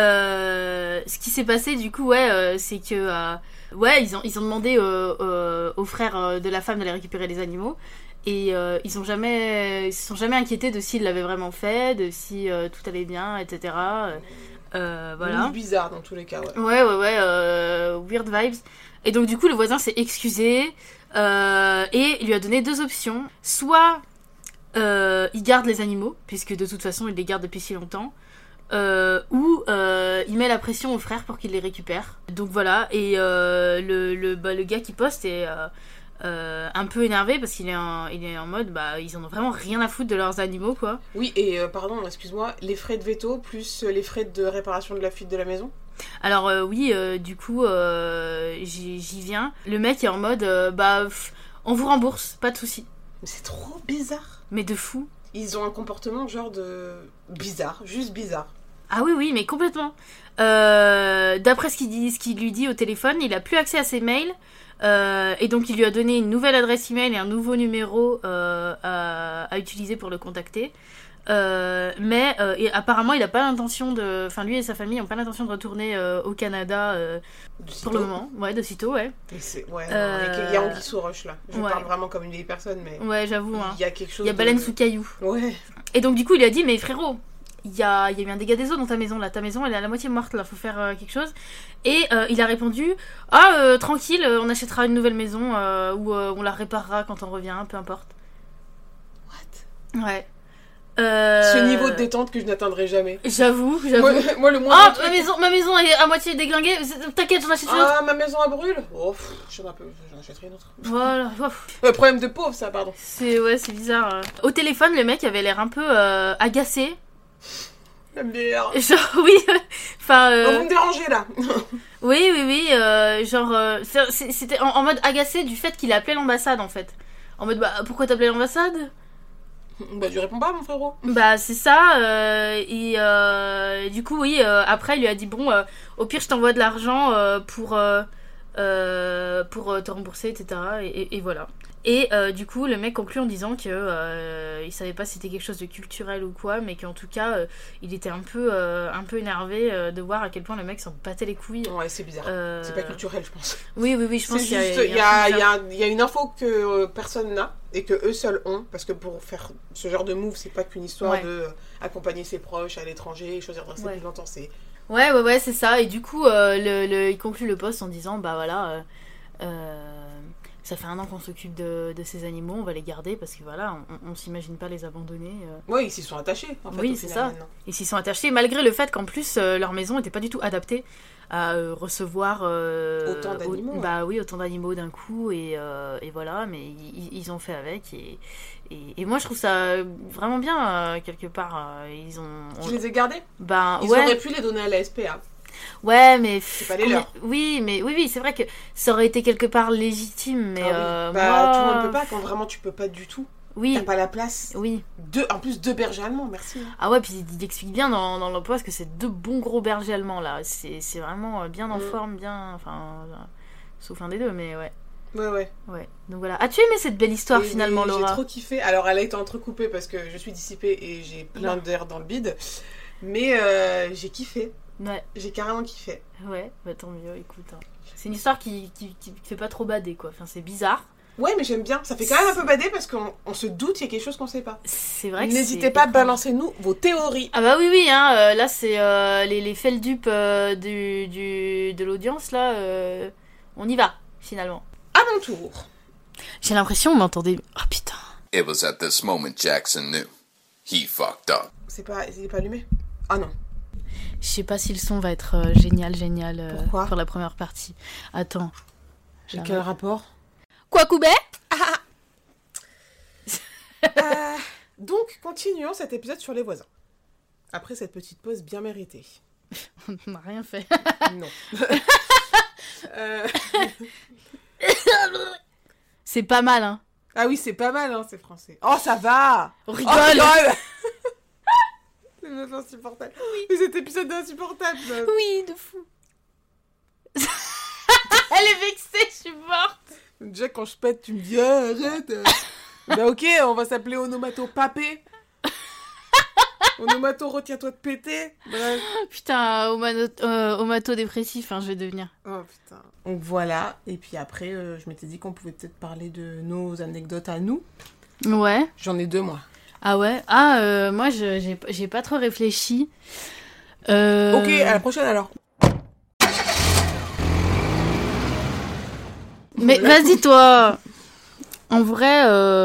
ce qui s'est passé du coup, c'est que ils ont demandé au frère de la femme d'aller récupérer les animaux. Et ils se sont jamais inquiétés de s'il l'avait vraiment fait, de si tout allait bien, etc. Voilà. Bizarre dans tous les cas, ouais. Ouais, weird vibes. Et donc du coup, le voisin s'est excusé et il lui a donné 2 options. Soit il garde les animaux, puisque de toute façon il les garde depuis si longtemps, ou il met la pression au frère pour qu'il les récupère. Donc voilà, et le gars qui poste est un peu énervé parce qu'il est en mode ils en ont vraiment rien à foutre de leurs animaux, quoi. Oui, et pardon, excuse-moi, les frais de veto plus les frais de réparation de la fuite de la maison. Alors oui, du coup j'y viens. Le mec est en mode on vous rembourse, pas de souci. Mais c'est trop bizarre. Mais de fou. Ils ont un comportement genre de bizarre, juste bizarre. Ah oui, mais complètement. D'après ce qu'il lui dit au téléphone, il a plus accès à ses mails. Et donc il lui a donné une nouvelle adresse email et un nouveau numéro à utiliser pour le contacter. Mais apparemment il a pas l'intention de... Enfin lui et sa famille ont pas l'intention de retourner au Canada pour le moment. Ouais, de sitôt, ouais. Ouais, il y a anguille sous roche là. Je parle vraiment comme une vieille personne, mais... Ouais, j'avoue. Il y a quelque chose. Il y a baleine sous caillou. Ouais. Et donc du coup il a dit, mais frérot, il y a eu un dégât des eaux dans ta maison là, elle est à la moitié morte là, faut faire quelque chose. Et il a répondu, tranquille, on achètera une nouvelle maison ou on la réparera quand on revient, peu importe. What? Ouais. Ce niveau de détente que je n'atteindrai jamais. J'avoue. Moi le moins. Ma maison est à moitié déglinguée, t'inquiète, j'en achète une autre. Ah, ma maison elle brûle. Oh, j'en achèterai une autre. Voilà. Problème de pauvre ça, pardon. C'est bizarre. Au téléphone, le mec avait l'air un peu agacé. La merde. Genre, oui. Enfin. Vous me dérangez là. Oui. C'était en mode agacé du fait qu'il a appelé l'ambassade en fait. En mode, pourquoi t'as appelé l'ambassade ? Tu réponds pas, mon frérot. C'est ça. Et du coup, oui, après, il lui a dit, bon, au pire, je t'envoie de l'argent pour te rembourser, etc. Et voilà. Et du coup, le mec conclut en disant que il savait pas si c'était quelque chose de culturel ou quoi, mais qu'en tout cas, il était un peu énervé de voir à quel point le mec s'en battait les couilles. Ouais, c'est bizarre. C'est pas culturel, je pense. Oui, je pense qu'il y a une info que personne n'a et que eux seuls ont, parce que pour faire ce genre de move, c'est pas qu'une histoire de accompagner ses proches à l'étranger, choisir de rester plus longtemps, c'est... Ouais, c'est ça. Et du coup, il conclut le post en disant, ça fait 1 an qu'on s'occupe de ces animaux, on va les garder parce que voilà, on s'imagine pas les abandonner. Oui, ils s'y sont attachés en fait. Oui, c'est ça. Ils s'y sont attachés malgré le fait qu'en plus leur maison était pas du tout adaptée à recevoir autant d'animaux. Autant d'animaux d'un coup et voilà, mais ils ont fait avec et moi je trouve ça vraiment bien quelque part. Tu les as gardés ? Ils auraient pu les donner à la SPA. Ouais, mais... C'est pas les leurs. Oui, c'est vrai que ça aurait été quelque part légitime, mais... tout le monde peut pas, quand vraiment tu peux pas du tout. Oui. T'as pas la place. Oui. En plus, 2 bergers allemands, merci. Ah ouais, puis il explique bien dans l'emploi parce que c'est 2 bons gros bergers allemands, là. C'est vraiment bien en forme, bien... Enfin, sauf un des 2, mais ouais. Ouais. Donc voilà. As-tu aimé cette belle histoire finalement, Laura ? J'ai trop kiffé. Alors, elle a été entrecoupée parce que je suis dissipée et j'ai plein d'air dans le bide. Mais j'ai kiffé. Ouais. J'ai carrément kiffé. Ouais, tant mieux, écoute. C'est une histoire qui fait pas trop bader, quoi. Enfin, c'est bizarre. Ouais, mais j'aime bien. Ça fait quand même un peu bader parce qu'on se doute qu'il y a quelque chose qu'on sait pas. C'est vrai que n'hésitez pas à balancer nous vos théories. Ah bah oui, hein, là c'est les faits dupes de l'audience, là, on y va, finalement. À mon tour. J'ai l'impression on m'entendait... Oh putain. It was at this moment Jackson knew. He fucked up. Il est pas allumé. Ah non. Je sais pas si le son va être génial Pourquoi pour la première partie. Attends. Quel rapport? Quoi, Koubé? Donc, continuons cet épisode sur les voisins. Après cette petite pause bien méritée. On n'a rien fait. Non. C'est pas mal, hein. Ah oui, c'est pas mal, hein, c'est français. Oh, ça va. On rigole. C'est meuf insupportable. Oui. Mais cet épisode est insupportable. Meuf. Oui, de fou. Elle est vexée, je suis morte. Déjà, quand je pète, tu me dis arrête. Bah ok, on va s'appeler Onomato Papé. Onomato, retiens-toi de péter. Bref. Putain, omato dépressif, hein, je vais devenir. Oh putain. Donc voilà, et puis après, je m'étais dit qu'on pouvait peut-être parler de nos anecdotes à nous. Ouais. J'en ai 2, moi. Ah ouais? Moi, j'ai pas trop réfléchi. Ok, à la prochaine alors. Mais vas-y, toi. En vrai,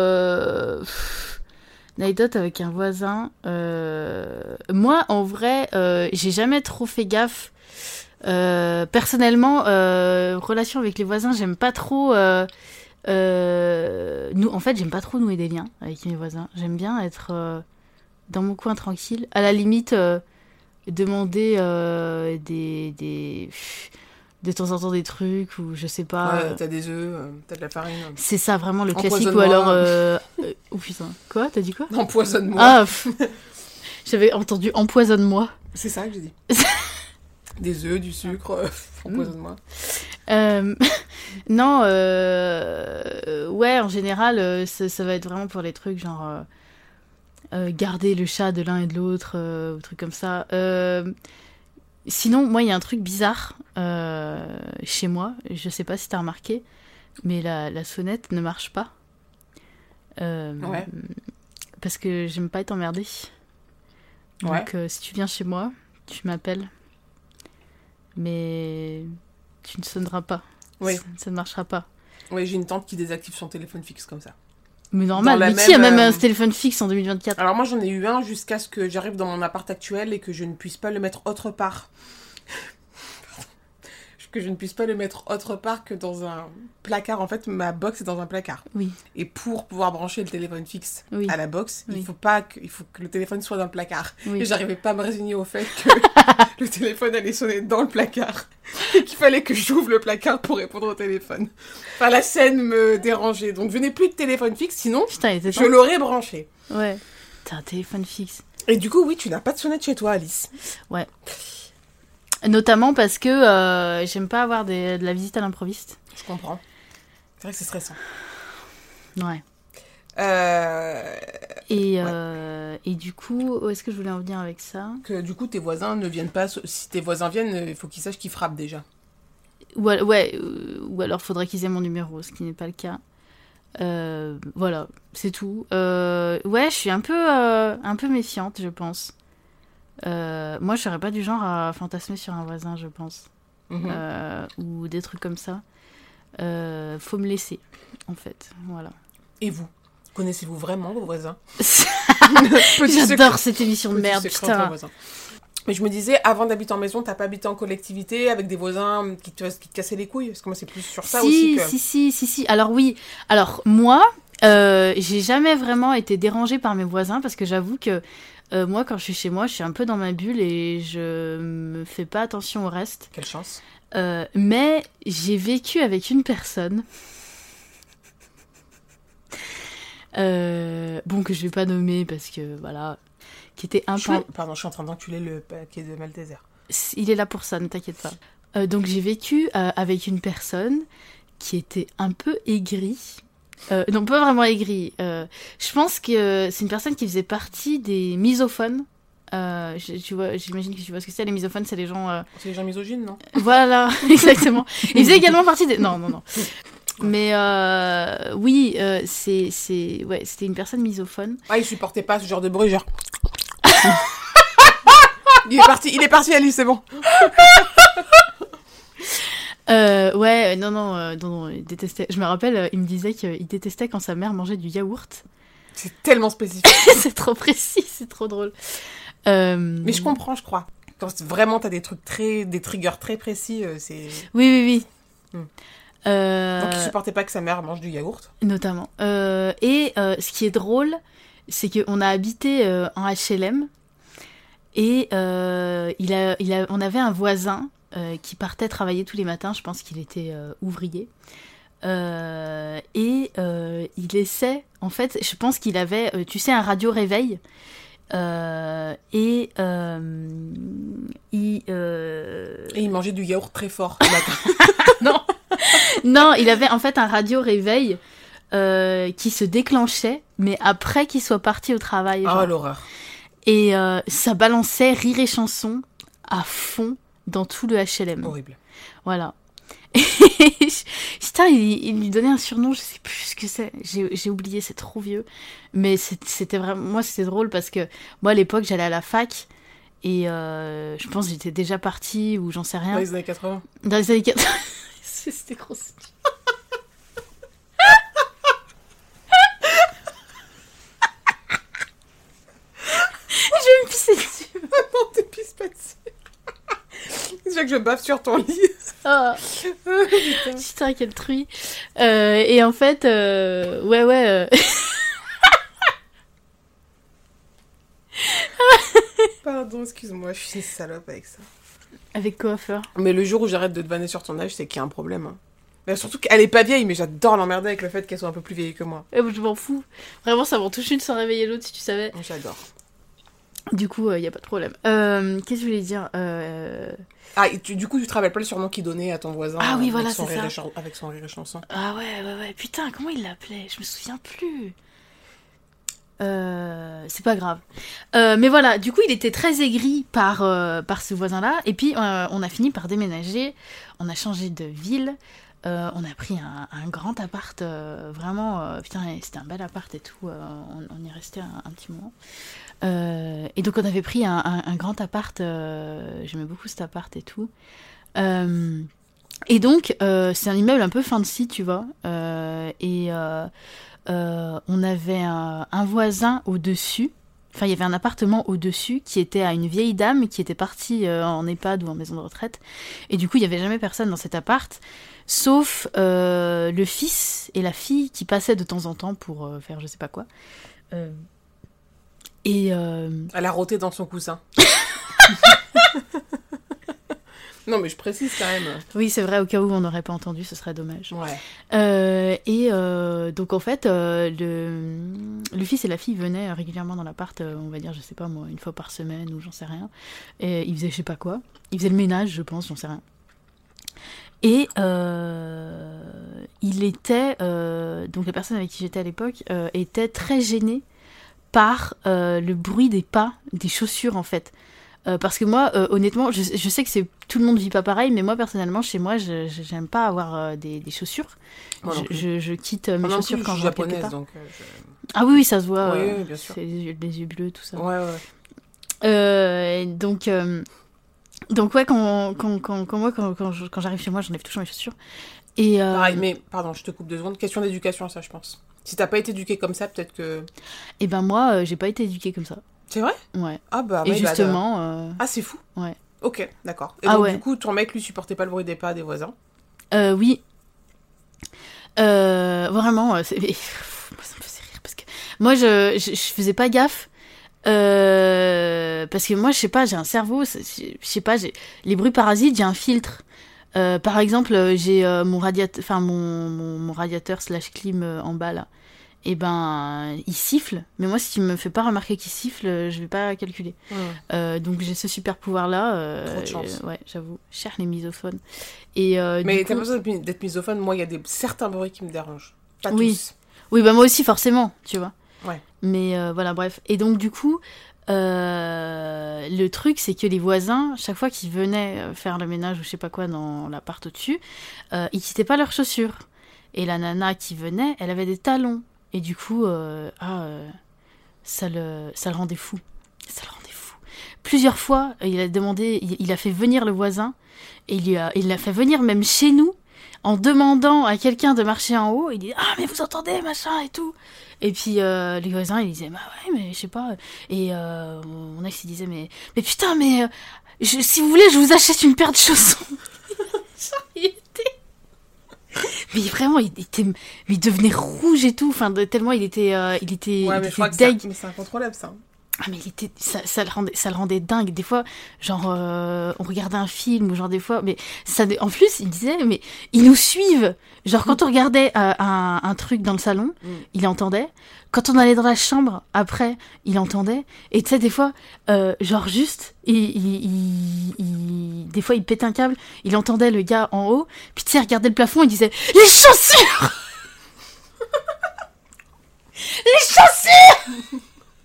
anecdote avec un voisin. Moi, en vrai, j'ai jamais trop fait gaffe. Personnellement, relation avec les voisins, j'aime pas trop. En fait, j'aime pas trop nouer des liens avec mes voisins. J'aime bien être dans mon coin tranquille. À la limite, demander de temps en temps des trucs ou je sais pas. Ouais, t'as des œufs, t'as de la farine. C'est ça, vraiment le classique. Ou alors... Oh putain, quoi? T'as dit quoi? Empoisonne-moi. Ah, j'avais entendu empoisonne-moi. C'est ça que j'ai dit. Des œufs, du sucre, empoisonne-moi. Non, ouais, en général, ça va être vraiment pour les trucs genre garder le chat de l'un et de l'autre, ou trucs comme ça. Sinon, moi, il y a un truc bizarre chez moi. Je sais pas si t'as remarqué, mais la sonnette ne marche pas. Ouais. Parce que j'aime pas être emmerdée. Donc, ouais. Si tu viens chez moi, tu m'appelles. Mais tu ne sonneras pas. Oui. Ça ne marchera pas. Oui, j'ai une tante qui désactive son téléphone fixe comme ça. Mais normal, mais qui a même un téléphone fixe en 2024? Alors moi j'en ai eu un jusqu'à ce que j'arrive dans mon appart actuel et que je ne puisse pas le mettre autre part. Que je ne puisse pas le mettre autre part que dans un placard. En fait, ma box est dans un placard. Oui. Et pour pouvoir brancher le téléphone fixe oui. à la box, oui. il faut que le téléphone soit dans le placard. Oui. Et j'arrivais pas à me résigner au fait que le téléphone allait sonner dans le placard et qu'il fallait que j'ouvre le placard pour répondre au téléphone. Enfin, la scène me dérangeait. Donc, je n'ai plus de téléphone fixe, sinon putain, je l'aurais branché. Ouais. T'as un téléphone fixe. Et du coup, oui, tu n'as pas de sonnette chez toi, Alice. Ouais. Notamment parce que j'aime pas avoir de la visite à l'improviste. Je comprends. C'est vrai que c'est stressant. Ouais. Et du coup, où est-ce que je voulais en venir avec ça? Que du coup, tes voisins ne viennent pas... Si tes voisins viennent, il faut qu'ils sachent qu'ils frappent déjà. Ou alors faudrait qu'ils aient mon numéro, ce qui n'est pas le cas. Voilà, c'est tout. Ouais, je suis un peu méfiante, je pense. Moi, je serais pas du genre à fantasmer sur un voisin, je pense. Ou des trucs comme ça. Faut me laisser, en fait. Voilà. Et vous? Connaissez-vous vraiment vos voisins? J'adore cette émission de merde, putain. Mais je me disais, avant d'habiter en maison, t'as pas habité en collectivité avec des voisins qui te cassaient les couilles? Parce que moi, c'est plus sur ça aussi que... Si. Alors oui. Alors, moi, j'ai jamais vraiment été dérangée par mes voisins parce que j'avoue que moi, quand je suis chez moi, je suis un peu dans ma bulle et je me fais pas attention au reste. Quelle chance. Mais j'ai vécu avec une personne... bon, que je vais pas nommer parce que, voilà... qui était un peu... Pardon, je suis en train d'enculer le paquet de Malteser. Il est là pour ça, ne t'inquiète pas. Donc j'ai vécu avec une personne qui était un peu aigrie. Non, pas vraiment aigrie. Je pense que c'est une personne qui faisait partie des misophones. Tu vois, j'imagine que tu vois ce que c'est. Les misophones, c'est les gens... C'est les gens misogynes, non? Voilà, exactement. Il faisait également partie des... Non. quoi. Mais oui, c'était une personne misophone. Ah, il supportait pas ce genre de bruit, genre. Il est parti, Alice, c'est bon. Non, il détestait. Je me rappelle, il me disait qu'il détestait quand sa mère mangeait du yaourt. C'est tellement spécifique. C'est trop précis, c'est trop drôle. Mais je comprends, je crois. Quand vraiment t'as des triggers très précis, c'est... Oui. Donc il supportait pas que sa mère mange du yaourt. Notamment. Ce qui est drôle, c'est qu'on a habité en HLM et on avait un voisin qui partait travailler tous les matins. Je pense qu'il était ouvrier. Il laissait, en fait, je pense qu'il avait, tu sais, un radio réveil. Et il mangeait du yaourt très fort. Non, il avait en fait un radio réveil qui se déclenchait, mais après qu'il soit parti au travail. Oh, l'horreur. Et ça balançait rire et chanson à fond dans tout le HLM. Horrible. Voilà. Putain, il lui donnait un surnom, je sais plus ce que c'est. J'ai oublié, c'est trop vieux. Mais c'était vraiment... Moi, c'était drôle parce que moi, à l'époque, j'allais à la fac et je pense que j'étais déjà partie ou j'en sais rien. Dans les années 80. Dans les années 80. C'était trop stylé. Je vais me pisser dessus. Non, t'es pisse pas dessus. C'est vrai que je baffe sur ton lit. Oh. Putain, quelle truie. Et en fait, ouais. Pardon, excuse-moi, je suis une salope avec ça. Avec coiffeur. Mais le jour où j'arrête de te vanner sur ton âge, c'est qu'il y a un problème. Hein. Mais surtout qu'elle est pas vieille, mais j'adore l'emmerder avec le fait qu'elle soit un peu plus vieille que moi. Je m'en fous. Vraiment, ça m'en touche une sans réveiller l'autre, si tu savais. J'adore. Du coup, y a pas de problème. Qu'est-ce que je voulais dire Ah, et du coup, tu te rappelles pas le surnom qu'il donnait à ton voisin? Ah oui, voilà, c'est ça. Avec son rire et chanson. Ah ouais. Putain, comment il l'appelait? Je me souviens plus. C'est pas grave. Mais voilà, du coup, il était très aigri par ce voisin-là. Et puis, on a fini par déménager. On a changé de ville. On a pris un grand appart. Vraiment, putain, c'était un bel appart et tout. On y restait un petit moment. Et donc, on avait pris un grand appart. J'aimais beaucoup cet appart et tout. Et donc, c'est un immeuble un peu fancy, tu vois. On avait un voisin au-dessus. Enfin, il y avait un appartement au-dessus qui était à une vieille dame qui était partie en EHPAD ou en maison de retraite. Et du coup, il n'y avait jamais personne dans cet appart, sauf le fils et la fille qui passaient de temps en temps pour faire je sais pas quoi. Elle a roté dans son coussin. Non, mais je précise quand même. Oui, c'est vrai, au cas où on n'aurait pas entendu, ce serait dommage. Ouais. Donc, en fait, le fils et la fille venaient régulièrement dans l'appart, on va dire, je sais pas moi, une fois par semaine ou j'en sais rien. Et ils faisaient je sais pas quoi. Ils faisaient le ménage, je pense, j'en sais rien. Et il était... donc, la personne avec qui j'étais à l'époque était très gênée par le bruit des pas, des chaussures, en fait. Parce que moi, honnêtement, je sais que tout le monde vit pas pareil, mais moi, personnellement, chez moi, j'aime pas avoir des chaussures. Je quitte mes chaussures quand je vois quelque part. Donc, Ah oui, ça se voit. Oui, bien sûr. C'est les yeux bleus, tout ça. Ouais. Donc ouais, quand j'arrive chez moi, j'enlève toujours mes chaussures. Et pareil, mais pardon, je te coupe 2 secondes. Question d'éducation, ça, je pense. Si t'as pas été éduquée comme ça, peut-être que... Eh ben moi, j'ai pas été éduquée comme ça. C'est vrai? Ouais. Ah bah, et justement... Ah, c'est fou. Ouais. Ok, d'accord. Et donc, du coup, ton mec, lui, supportait pas le bruit des pas des voisins? Oui. Vraiment, moi, ça me faisait rire parce que... Moi, je faisais pas gaffe. Parce que moi, je sais pas, j'ai un cerveau, je sais pas, les bruits parasites, j'ai un filtre. Par exemple, j'ai mon radiateur, mon radiateur / clim en bas, là. Et ben, il siffle. Mais moi, si tu me fais pas remarquer qu'il siffle, je vais pas calculer. Donc, j'ai ce super pouvoir-là. Trop de chance. Ouais, j'avoue. Cher les misophones. Mais t'as pas besoin d'être misophone. Moi, il y a certains bruits qui me dérangent. Pas tous. Oui, bah moi aussi, forcément, tu vois. Ouais. Mais voilà, bref. Et donc, du coup, le truc, c'est que les voisins, chaque fois qu'ils venaient faire le ménage ou je sais pas quoi dans l'appart au-dessus, ils quittaient pas leurs chaussures. Et la nana qui venait, elle avait des talons. Et du coup, ça le rendait fou. Ça le rendait fou. Plusieurs fois, il a fait venir le voisin, et il l'a fait venir même chez nous, en demandant à quelqu'un de marcher en haut. Il dit « Ah, mais vous entendez, machin, et tout !» Et puis, les voisins, ils disaient « Bah ouais, mais je sais pas. » Et mon ex, il disait « Mais putain, mais si vous voulez, je vous achète une paire de chaussons. » Mais vraiment, il devenait rouge et tout, enfin, tellement il était Ouais, mais je crois que deg. c'est incontrôlable, ça. Ah, mais ça le rendait dingue. Des fois, genre, on regardait un film, ou genre des fois, mais en plus, il disait, mais ils nous suivent. Genre, quand on regardait un truc dans le salon, il entendait. Quand on allait dans la chambre, après, il entendait. Et tu sais, des fois, genre juste, des fois, il pétait un câble, il entendait le gars en haut, puis tu sais, il regardait le plafond, il disait « Les chaussures !» Les chaussures.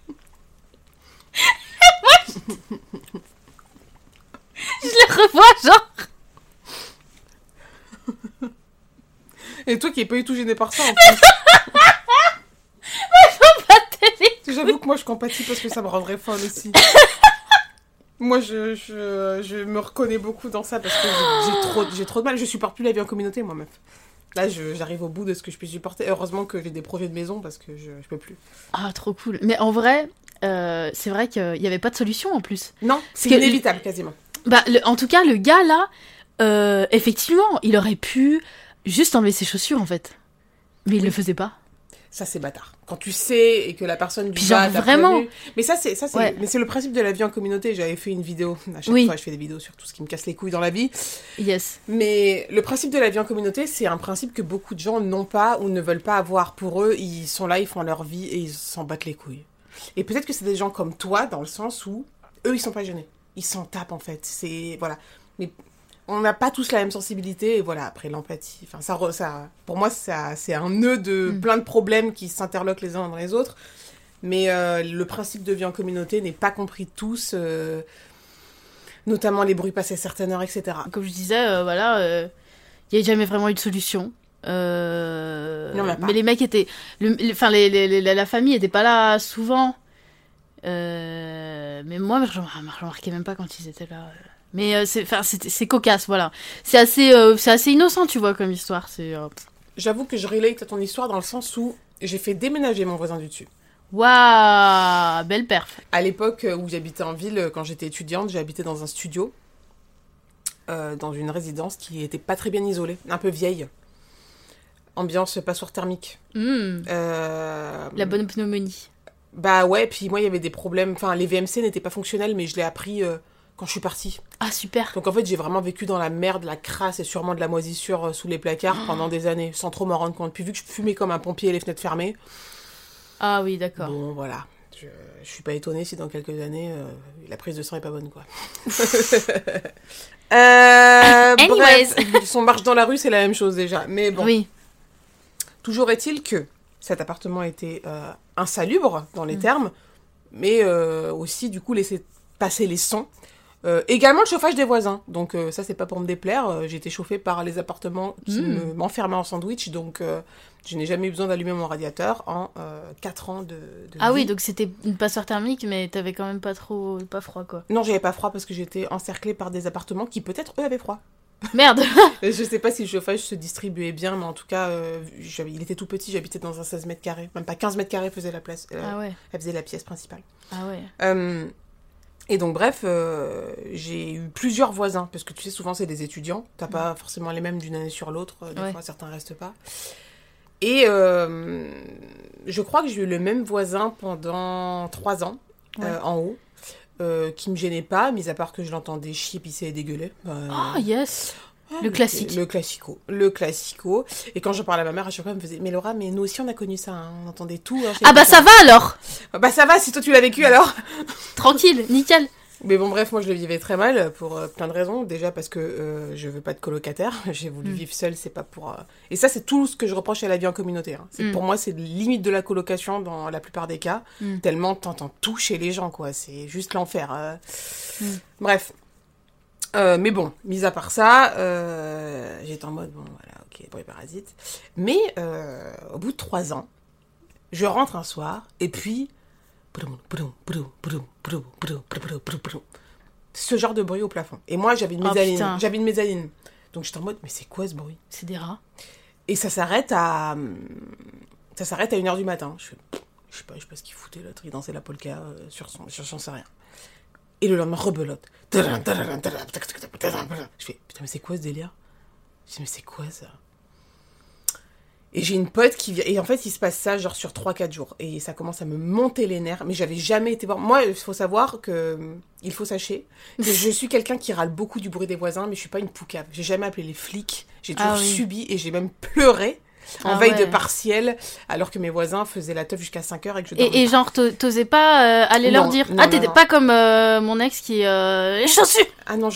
Je le revois, genre. Et toi qui n'es pas du tout gêné par ça, en plus. J'avoue que moi je compatis parce que ça me rendrait folle aussi. Moi je me reconnais beaucoup dans ça parce que j'ai trop de mal. Je supporte plus la vie en communauté, moi, meuf. Là, j'arrive au bout de ce que je peux supporter. Heureusement que j'ai des projets de maison parce que je peux plus. Ah, trop cool. Mais en vrai, c'est vrai qu'il n'y avait pas de solution en plus. Non, c'est inévitable quasiment. Bah, en tout cas, le gars là, effectivement, il aurait pu juste enlever ses chaussures en fait. Mais il le faisait pas. Ça, c'est bâtard. Quand tu sais et que la personne du bas t'a prévenu. Mais ça, c'est ouais. Mais c'est le principe de la vie en communauté. J'avais fait une vidéo. À chaque fois, je fais des vidéos sur tout ce qui me casse les couilles dans la vie. Yes. Mais le principe de la vie en communauté, c'est un principe que beaucoup de gens n'ont pas ou ne veulent pas avoir. Pour eux, ils sont là, ils font leur vie et ils s'en battent les couilles. Et peut-être que c'est des gens comme toi, dans le sens où eux, ils sont pas gênés. Ils s'en tapent, en fait. Voilà. Mais on n'a pas tous la même sensibilité, et voilà, après l'empathie. Enfin, ça, pour moi, c'est un nœud de plein de problèmes qui s'interloquent les uns dans les autres. Mais le principe de vie en communauté n'est pas compris de tous, notamment les bruits passés certaines heures, etc. Comme je disais, voilà, il n'y a jamais vraiment eu de solution. Non, mais les mecs étaient... la famille n'était pas là souvent. Mais moi, je remarquais même pas quand ils étaient là. Mais c'est cocasse, voilà. C'est assez innocent, tu vois, comme histoire. J'avoue que je relate à ton histoire dans le sens où j'ai fait déménager mon voisin du dessus. Waouh, belle perf. À l'époque où j'habitais en ville, quand j'étais étudiante, j'habitais dans un studio, dans une résidence qui était pas très bien isolée, un peu vieille. Ambiance passoire thermique. La bonne pneumonie. Bah ouais, puis moi il y avait des problèmes, enfin les VMC n'étaient pas fonctionnels, mais je l'ai appris quand je suis partie. Ah, super. Donc en fait j'ai vraiment vécu dans la merde, la crasse et sûrement de la moisissure sous les placards pendant des années, sans trop m'en rendre compte. Puis vu que je fumais comme un pompier et les fenêtres fermées... Ah oui, d'accord. Bon, voilà. Je suis pas étonnée si dans quelques années, la prise de sang est pas bonne, quoi. Anyways. Bref, son marche dans la rue, c'est la même chose déjà. Mais bon. Oui. Toujours est-il que cet appartement était insalubre, dans les termes, mais aussi, du coup, laisser passer les sons. Également le chauffage des voisins. Donc ça, c'est pas pour me déplaire. J'ai été chauffée par les appartements qui m'enfermaient en sandwich, donc... je n'ai jamais eu besoin d'allumer mon radiateur en 4 ans de Ah vie. oui, donc c'était une passoire thermique, mais t'avais quand même pas froid, quoi. Non, j'avais pas froid parce que j'étais encerclée par des appartements qui, peut-être, eux, avaient froid. Merde. Je sais pas si le chauffage se distribuait bien, mais en tout cas, il était tout petit, j'habitais dans un 16 mètres carrés. Même pas 15 mètres carrés faisait la place. Ah ouais. Elle faisait la pièce principale. Ah ouais. Et donc, bref, j'ai eu plusieurs voisins, parce que tu sais, souvent, c'est des étudiants. T'as pas forcément les mêmes d'une année sur l'autre. Des fois, certains restent pas. Et je crois que j'ai eu le même voisin pendant 3 ans, en haut, qui me gênait pas, mis à part que je l'entendais chier, pisser et dégueuler. Ah, yes. Le classique. Le classico. Et quand je parlais à ma mère, à chaque fois, elle me faisait « Mais Laura, mais nous aussi, on a connu ça, hein. On entendait tout. Hein, ah bah ça va alors. Bah ça va, si toi tu l'as vécu alors. Tranquille, nickel. Mais bon, bref, moi je le vivais très mal pour plein de raisons. Déjà parce que je veux pas de colocataire. J'ai voulu vivre seule, c'est pas pour... Et ça, c'est tout ce que je reproche à la vie en communauté. Hein. Pour moi, c'est limite de la colocation dans la plupart des cas. Tellement t'entends tout chez les gens, quoi. C'est juste l'enfer. Bref. Mais bon, mis à part ça, j'étais en mode, bon, voilà, ok, bruit parasite. Mais au bout de 3 ans, je rentre un soir, et puis... ce genre de bruit au plafond. Et moi, j'avais une mezzanine. Donc j'étais en mode, mais c'est quoi ce bruit? C'est des rats. Et ça s'arrête à 1h du matin. Je sais pas ce qu'il foutait l'autre, il dansait la polka sur j'en sais rien. Et le lendemain, rebelote. Je fais, putain, mais c'est quoi ce délire? Je dis, mais c'est quoi ça? Et j'ai une pote qui vient... Et en fait, il se passe ça genre sur 3-4 jours. Et ça commence à me monter les nerfs. Mais j'avais jamais été voir... Moi, il faut savoir que... Il faut sachez que je suis quelqu'un qui râle beaucoup du bruit des voisins, mais je suis pas une poucave. J'ai jamais appelé les flics. J'ai toujours subi et j'ai même pleuré en veille de partiel, alors que mes voisins faisaient la teuf jusqu'à 5h et que je dormais. Et genre, t'osais pas aller leur dire... t'étais pas comme mon ex qui... J'en suis... Ah non,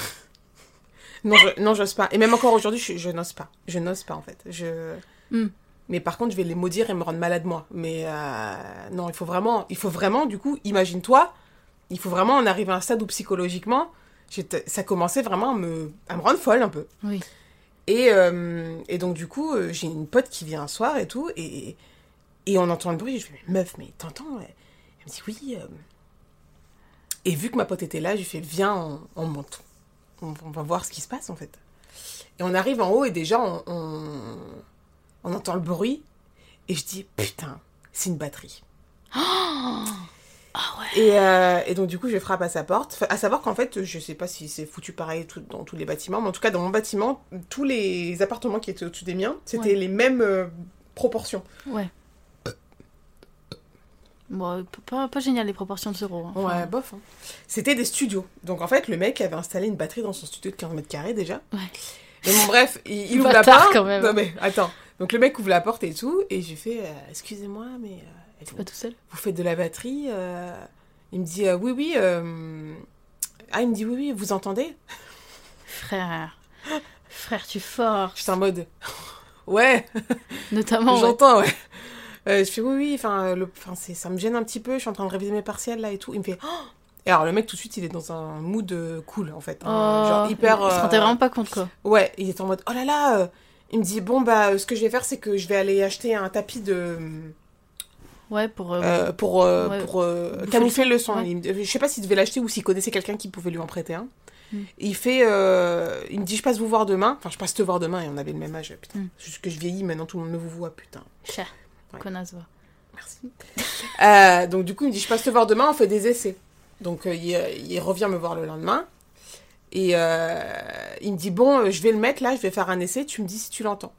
non, j'ose pas. Et même encore aujourd'hui, je n'ose pas. Je n'ose pas, en fait. Mais par contre, je vais les maudire et me rendre malade, moi. Mais non, il faut vraiment, du coup, imagine-toi, il faut vraiment en arriver à un stade où psychologiquement, ça commençait vraiment à me rendre folle un peu. Oui. Et donc, du coup, j'ai une pote qui vient un soir et tout, et on entend le bruit, et je fais, mais meuf, mais t'entends? Elle me dit, oui. Et vu que ma pote était là, je lui fais, viens, on monte. On va voir ce qui se passe, en fait. Et on arrive en haut, et déjà, on entend le bruit, et je dis, putain, c'est une batterie. Ah ouais. Et donc, du coup, je frappe à sa porte. À savoir qu'en fait, je sais pas si c'est foutu pareil dans tous les bâtiments, mais en tout cas, dans mon bâtiment, tous les appartements qui étaient au-dessus des miens, c'était les mêmes proportions. Ouais. Bon, pas génial les proportions de ce rôle. Hein. Ouais, bof. Hein. C'était des studios. Donc, en fait, le mec avait installé une batterie dans son studio de 15 mètres carrés déjà. Ouais. Et bon, bref, il ouvre la porte. Quand même. Non, mais attends. Donc, le mec ouvre la porte et tout, et j'ai fait, excusez-moi, mais... T'es pas tout seul? Vous faites de la batterie Il me dit, oui. Ah, il me dit, oui, vous entendez? Frère, tu es fort. J'étais en mode, ouais. Notamment, j'entends, ouais. Je fais, oui, ça me gêne un petit peu, je suis en train de réviser mes partiels, là, et tout. Il me fait, oh! Et alors, le mec, tout de suite, il est dans un mood cool, en fait. Genre hyper... Il se rendait vraiment pas compte, quoi. Ouais, il était en mode, oh là là Il me dit, bon, ce que je vais faire, c'est que je vais aller acheter un tapis de... Ouais, pour camoufler le son. Ouais. Je sais pas s'il devait l'acheter ou s'il connaissait quelqu'un qui pouvait lui en prêter un. Il me dit, je passe vous voir demain. Enfin, je passe te voir demain, et on avait le même âge, putain. Juste que je vieillis, maintenant tout le monde me vous voit, putain. Cher, connasse, va. Merci. Donc, du coup, il me dit, je passe te voir demain, on fait des essais. Donc, il revient me voir le lendemain. Et il me dit, bon, je vais le mettre là, je vais faire un essai, tu me dis si tu l'entends.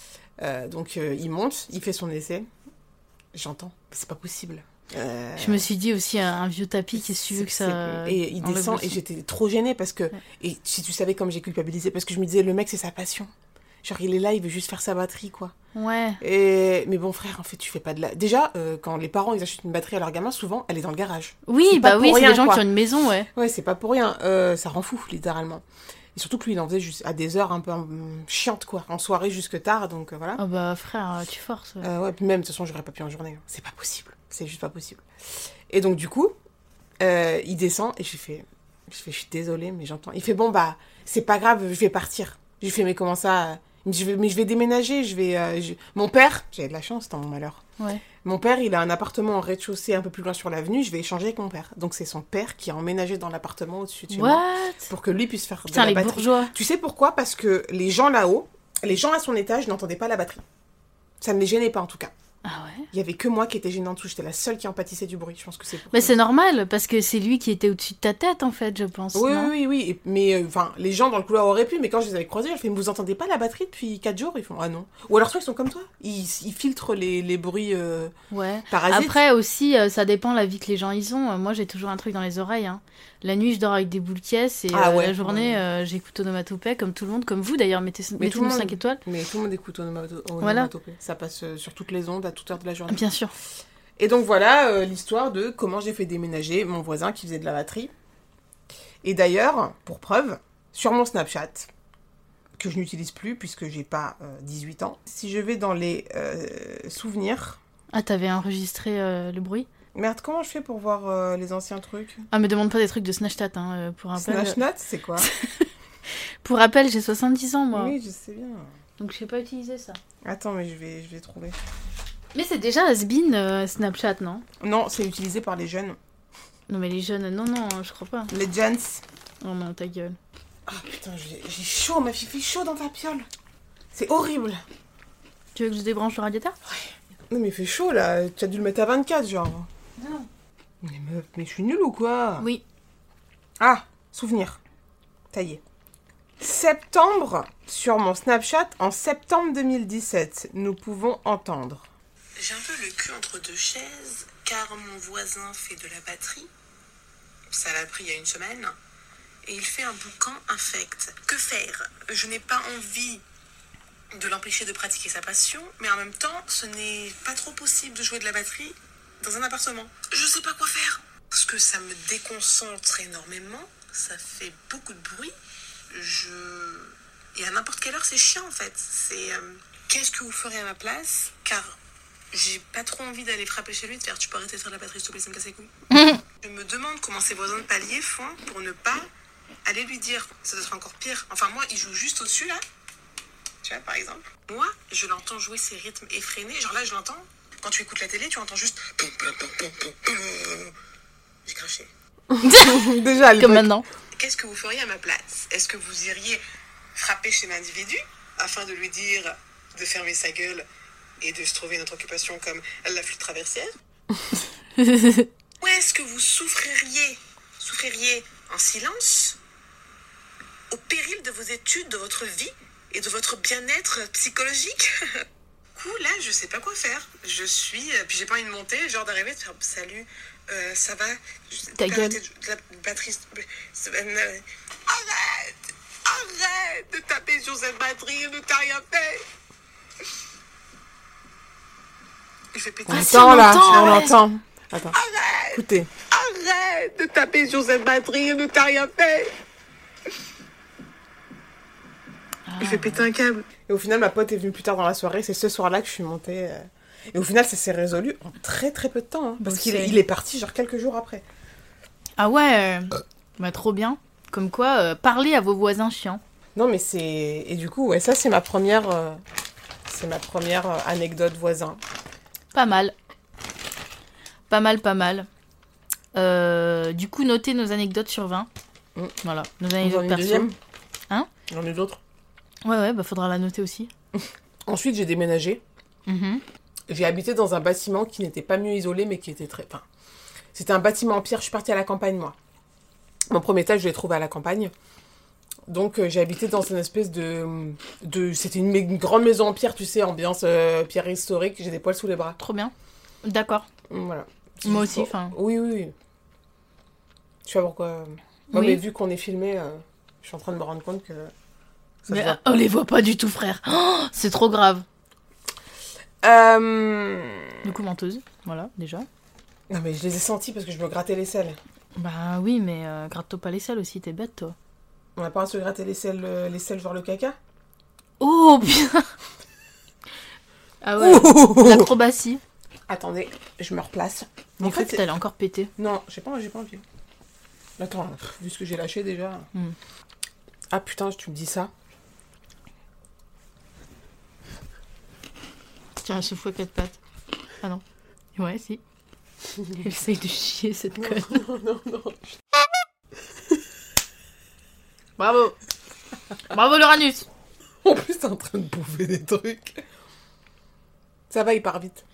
Donc, il monte, il fait son essai. J'entends, mais c'est pas possible. Je me suis dit aussi un vieux tapis, qu'est-ce que tu veux que ça... Et il descend, et j'étais trop gênée parce que... Ouais. Et si tu savais comme j'ai culpabilisé, parce que je me disais, le mec, c'est sa passion. Genre, il est là, il veut juste faire sa batterie, quoi. Ouais. Mais bon, frère, en fait, tu fais pas de la... Déjà, quand les parents, ils achètent une batterie à leur gamin, souvent, elle est dans le garage. Oui, c'est des gens qui ont une maison, ouais. Ouais, c'est pas pour rien. Ça rend fou, littéralement. Et surtout que lui, il en faisait juste à des heures un peu chiantes, quoi. En soirée jusque tard, donc voilà. Ah bah, frère, tu forces. Ouais, puis même, de toute façon, j'aurais pas pu en journée. C'est pas possible. C'est juste pas possible. Et donc, du coup, il descend, et je suis désolée, mais j'entends. Il fait, bon, c'est pas grave, je vais partir. Je lui fais, mais comment ça Il me dit, mais je vais déménager, Mon père, j'avais de la chance dans mon malheur. Ouais. Mon père, il a un appartement en rez-de-chaussée un peu plus loin sur l'avenue, je vais échanger avec mon père. Donc c'est son père qui a emménagé dans l'appartement au-dessus de chez moi pour que lui puisse faire de la batterie. Bourgeois. Tu sais pourquoi? Parce que les gens là-haut, les gens à son étage n'entendaient pas la batterie. Ça ne les gênait pas en tout cas. Ah ouais? Il y avait que moi qui étais gênée en dessous, j'étais la seule qui en pâtissait du bruit, je pense que c'est pour Mais ça. c'est normal, parce que c'est lui qui était au-dessus de ta tête en fait, je pense. Oui. Mais les gens dans le couloir auraient pu, mais quand je les avais croisés, je fais, mais vous entendez pas la batterie depuis 4 jours? Ils font, ah non. Ou alors soit ils sont comme toi, ils filtrent les bruits parasites. Après aussi, ça dépend la vie que les gens ils ont. Moi j'ai toujours un truc dans les oreilles. Hein. La nuit je dors avec des boules caisses et la journée j'écoute Onomatopée comme tout le monde, comme vous d'ailleurs, mettez-nous 5 étoiles. Mais tout le monde écoute Onomatopée. Voilà. Ça passe sur toutes les ondes à toute heure de la journée. Bien sûr. Et donc voilà l'histoire de comment j'ai fait déménager mon voisin qui faisait de la batterie. Et d'ailleurs, pour preuve, sur mon Snapchat, que je n'utilise plus puisque j'ai pas 18 ans, si je vais dans les souvenirs... Ah, t'avais enregistré le bruit? Merde, comment je fais pour voir les anciens trucs? Ah, me demande pas des trucs de Snapchat, hein, pour rappel. Snapchat, c'est quoi? Pour rappel, j'ai 70 ans, moi. Oui, je sais bien. Donc je sais pas utiliser ça. Attends, mais je vais trouver. Mais c'est déjà has-been, Snapchat, non? Non, c'est utilisé par les jeunes. Non, mais les jeunes, non, je crois pas. Les jeunes. Oh non, ta gueule. Ah putain, j'ai chaud, ma fille fait chaud dans ta piole. C'est horrible. Tu veux que je débranche le radiateur? Non mais il fait chaud là, tu as dû le mettre à 24 genre. Non. Mais meuf, mais je suis nulle ou quoi? Oui. Ah, souvenir. Taillé. Septembre, sur mon Snapchat, en septembre 2017, nous pouvons entendre. J'ai un peu le cul entre deux chaises, car mon voisin fait de la batterie. Ça l'a pris il y a une semaine. Et il fait un boucan infect. Que faire? Je n'ai pas envie de l'empêcher de pratiquer sa passion, mais en même temps, ce n'est pas trop possible de jouer de la batterie dans un appartement. Je sais pas quoi faire. Parce que ça me déconcentre énormément, ça fait beaucoup de bruit. Et à n'importe quelle heure, c'est chiant en fait. Qu'est-ce que vous ferez à ma place? Car j'ai pas trop envie d'aller frapper chez lui et de faire tu peux arrêter de faire de la batterie s'il te plaît, ça me casse les couilles. Je me demande comment ses voisins de palier font pour ne pas aller lui dire. Ça doit être encore pire. Enfin moi, il joue juste au-dessus là. Tu vois, par exemple. Moi, je l'entends jouer ses rythmes effrénés. Genre là, je l'entends. Quand tu écoutes la télé, tu entends juste... J'ai craché. Déjà, à l'époque. Comme maintenant. Qu'est-ce que vous feriez à ma place? Est-ce que vous iriez frapper chez l'individu afin de lui dire de fermer sa gueule et de se trouver une autre occupation comme la flûte traversière? Ou est-ce que vous souffririez en silence au péril de vos études, de votre vie et de votre bien-être psychologique? Du coup, là, je sais pas quoi faire. Puis j'ai pas envie de monter, genre d'arriver, de faire salut, ça va? Ta gueule. La batterie. Arrête de taper sur cette batterie, ne t'as rien fait. Il fait péter. Attends là, on ouais. l'entend. Attends, Arrête, écoutez. arrête de taper sur cette batterie, ne t'as rien fait. Il fait péter un câble. Et au final, ma pote est venue plus tard dans la soirée. C'est ce soir-là que je suis montée. Et au final, ça s'est résolu en très très peu de temps. Hein, parce qu'il est parti genre quelques jours après. Ah ouais, bah trop bien. Comme quoi, parlez à vos voisins chiants. Non, mais c'est... Et du coup, ouais, ça, c'est ma première... anecdote voisin. Pas mal. Pas mal. Du coup, notez nos anecdotes sur 20. Voilà, nos anecdotes perso. Deuxième. Hein? J'en ai d'autres. Ouais, bah faudra la noter aussi. Ensuite, j'ai déménagé. Mhm. J'ai habité dans un bâtiment qui n'était pas mieux isolé, mais qui était très... Enfin, c'était un bâtiment en pierre. Je suis partie à la campagne, moi. Mon premier étage, je l'ai trouvé à la campagne. Donc, j'ai habité dans une espèce de... C'était une grande maison en pierre, tu sais, ambiance pierre historique. J'ai des poils sous les bras. Trop bien. D'accord. Voilà. Moi aussi, enfin. Oui. Tu vois pourquoi... Moi, Oui. mais vu qu'on est filmé, je suis en train de me rendre compte que... ça se Mais voit. on les voit pas du tout, frère. Oh, c'est trop grave. Du coup, menteuse. Voilà, déjà. Non, mais je les ai sentis parce que je me grattais les selles. Bah oui, mais gratte-toi pas les selles aussi, t'es bête, toi. On n'a pas à se gratter les selles genre le caca? Oh, putain. Ah ouais, l'acrobatie. Attendez, je me replace. En fait, elle a encore pété. Non, j'ai pas envie. Attends, vu ce que j'ai lâché déjà. Ah putain, tu me dis ça. Tiens, elle se fout à quatre pattes. Ah non. Ouais, si. Elle essaye de chier, cette conne. Non. Bravo. Bravo, l'Uranus. En plus, t'es en train de bouffer des trucs. Ça va, il part vite.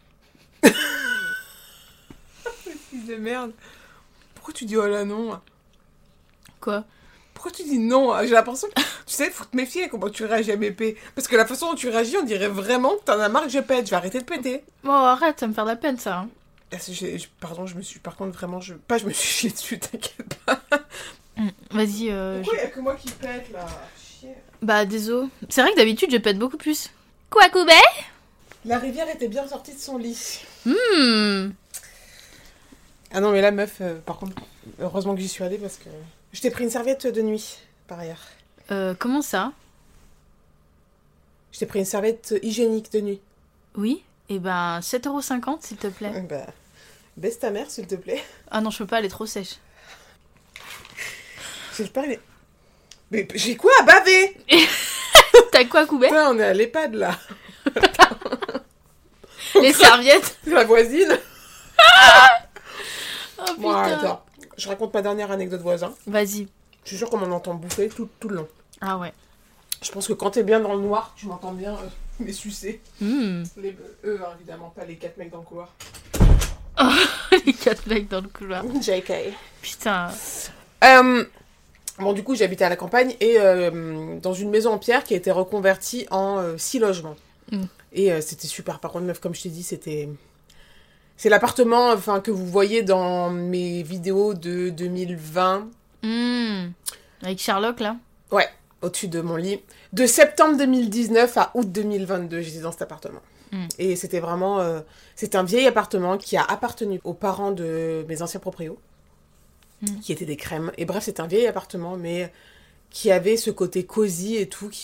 Fils de merde. Pourquoi tu dis oh là non? Quoi? Pourquoi tu dis non? J'ai l'impression que, tu sais, faut te méfier comment tu réagis à mes pets. Parce que la façon dont tu réagis, on dirait vraiment que t'en as marre que je pète. Je vais arrêter de péter. Bon, arrête, ça me fait de la peine, ça. Hein. Pardon, je me suis... Par contre, vraiment, je me suis chiée dessus, t'inquiète pas. Vas-y. Pourquoi il y a que moi qui pète, là? Chier. Bah, désolé. C'est vrai que d'habitude, je pète beaucoup plus. Quoi, Koubé? La rivière était bien sortie de son lit. Ah non, mais là, meuf, par contre, heureusement que j'y suis allée parce que... Je t'ai pris une serviette de nuit, par ailleurs. Comment ça? Je t'ai pris une serviette hygiénique de nuit. Oui? Eh ben, 7,50 € s'il te plaît. Bah, Baisse ta mère, s'il te plaît. Ah non, je peux pas, elle est trop sèche. J'ai pas les... Mais j'ai quoi à baver? T'as quoi, Koubet? Putain, on est à l'EHPAD, là. Les serviettes. La voisine. Oh putain. Bon, attends. Je raconte ma dernière anecdote voisin. Vas-y. Je suis sûre qu'on m'en entend bouffer tout le long. Ah ouais. Je pense que quand t'es bien dans le noir, tu m'entends bien les sucer. Mmh. Eux, hein, évidemment, pas les 4 mecs dans le couloir. Oh, les 4 mecs dans le couloir. JK. Putain. Bon, du coup, j'habitais à la campagne et dans une maison en pierre qui a été reconvertie en 6 logements. Mm. Et c'était super. Par contre, meuf, comme je t'ai dit, c'est l'appartement enfin, que vous voyez dans mes vidéos de 2020. Avec Sherlock, là. Ouais, au-dessus de mon lit. De septembre 2019 à août 2022, j'étais dans cet appartement. Et c'était vraiment... c'était un vieil appartement qui a appartenu aux parents de mes anciens proprios, qui étaient des crèmes. Et bref, c'était un vieil appartement, mais qui avait ce côté cosy et tout,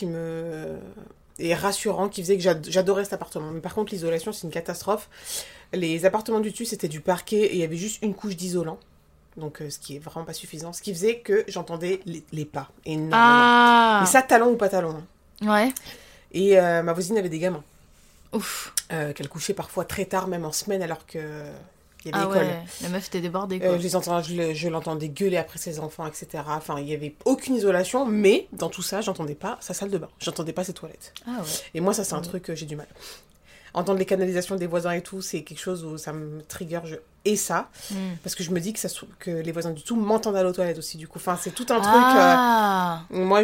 et rassurant, qui faisait que j'adorais cet appartement. Mais par contre, l'isolation, c'est une catastrophe. Les appartements du dessus, c'était du parquet et il y avait juste une couche d'isolant. Donc, ce qui est vraiment pas suffisant. Ce qui faisait que j'entendais les pas énormément. Ah. Et ça, talon ou pas talon. Hein. Ouais. Et ma voisine avait des gamins. Ouf. Qu'elle couchait parfois très tard, même en semaine, alors qu'il y avait Ah école. ouais, la meuf était débordée, quoi. Je l'entendais gueuler après ses enfants, etc. Enfin, il y avait aucune isolation, mais dans tout ça, j'entendais pas sa salle de bain. J'entendais pas ses toilettes. Ah ouais. Et moi, ça, c'est un truc j'ai du mal. Entendre les canalisations des voisins et tout, c'est quelque chose où ça me trigger. Et ça, parce que je me dis que les voisins du tout m'entendent à la toilette aussi, du coup. Enfin, c'est tout un truc... moi,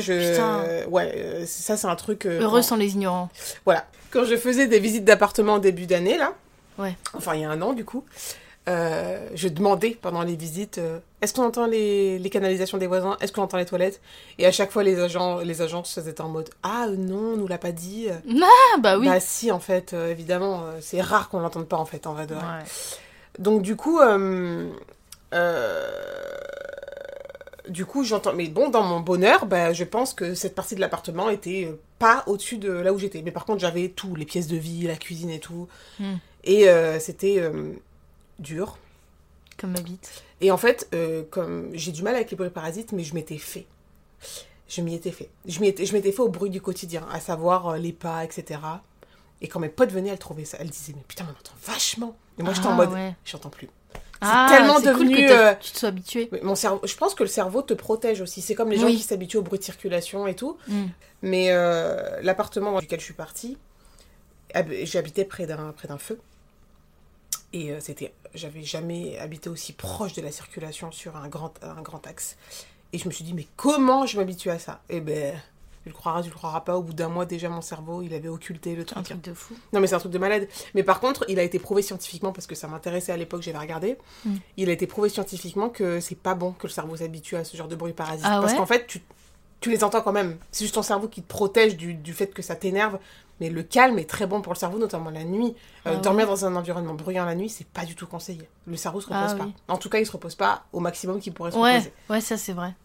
ça, c'est un truc... Heureux sont les ignorants. Voilà. Quand je faisais des visites d'appartement en début d'année, là, ouais. Enfin, il y a un an, du coup, je demandais pendant les visites, est-ce qu'on entend les canalisations des voisins? Est-ce qu'on entend les toilettes? Et à chaque fois, les agences étaient en mode, ah non, on nous l'a pas dit. Ah, bah oui. Bah si, en fait, évidemment, c'est rare qu'on l'entende pas, en fait, en vrai de vrai. Ouais. Donc, du coup, j'entends... Mais bon, dans mon bonheur, bah, je pense que cette partie de l'appartement était pas au-dessus de là où j'étais. Mais par contre, j'avais tout, les pièces de vie, la cuisine et tout. Et c'était dur. Comme ma bite. Et en fait, comme j'ai du mal avec les bruits parasites, mais je m'étais fait. Je m'étais fait au bruit du quotidien, à savoir les pas, etc. Et quand mes potes venaient, elles trouvaient ça. Elles disaient, mais putain, on entend vachement. Et moi, j'étais en mode, j'entends plus. C'est tellement devenu... Cool que tu te sois habitué. Mon cerveau, je pense que le cerveau te protège aussi. C'est comme les gens qui s'habituent au bruit de circulation et tout. Mais l'appartement duquel je suis partie, j'habitais près d'un feu. Et j'avais jamais habité aussi proche de la circulation sur un grand axe. Et je me suis dit, mais comment je m'habitue à ça? Et ben, tu le croiras pas, au bout d'un mois, déjà, mon cerveau, il avait occulté le truc. Un truc de fou. Non, mais c'est un truc de malade. Mais par contre, il a été prouvé scientifiquement, parce que ça m'intéressait à l'époque, j'avais regardé. Il a été prouvé scientifiquement que c'est pas bon que le cerveau s'habitue à ce genre de bruit parasite. Ah ouais? Parce qu'en fait, tu les entends quand même. C'est juste ton cerveau qui te protège du fait que ça t'énerve. Mais le calme est très bon pour le cerveau, notamment la nuit. Dormir dans un environnement bruyant la nuit, c'est pas du tout conseillé. Le cerveau se repose pas. Oui. En tout cas, il se repose pas au maximum qu'il pourrait se reposer. Ouais, ça c'est vrai.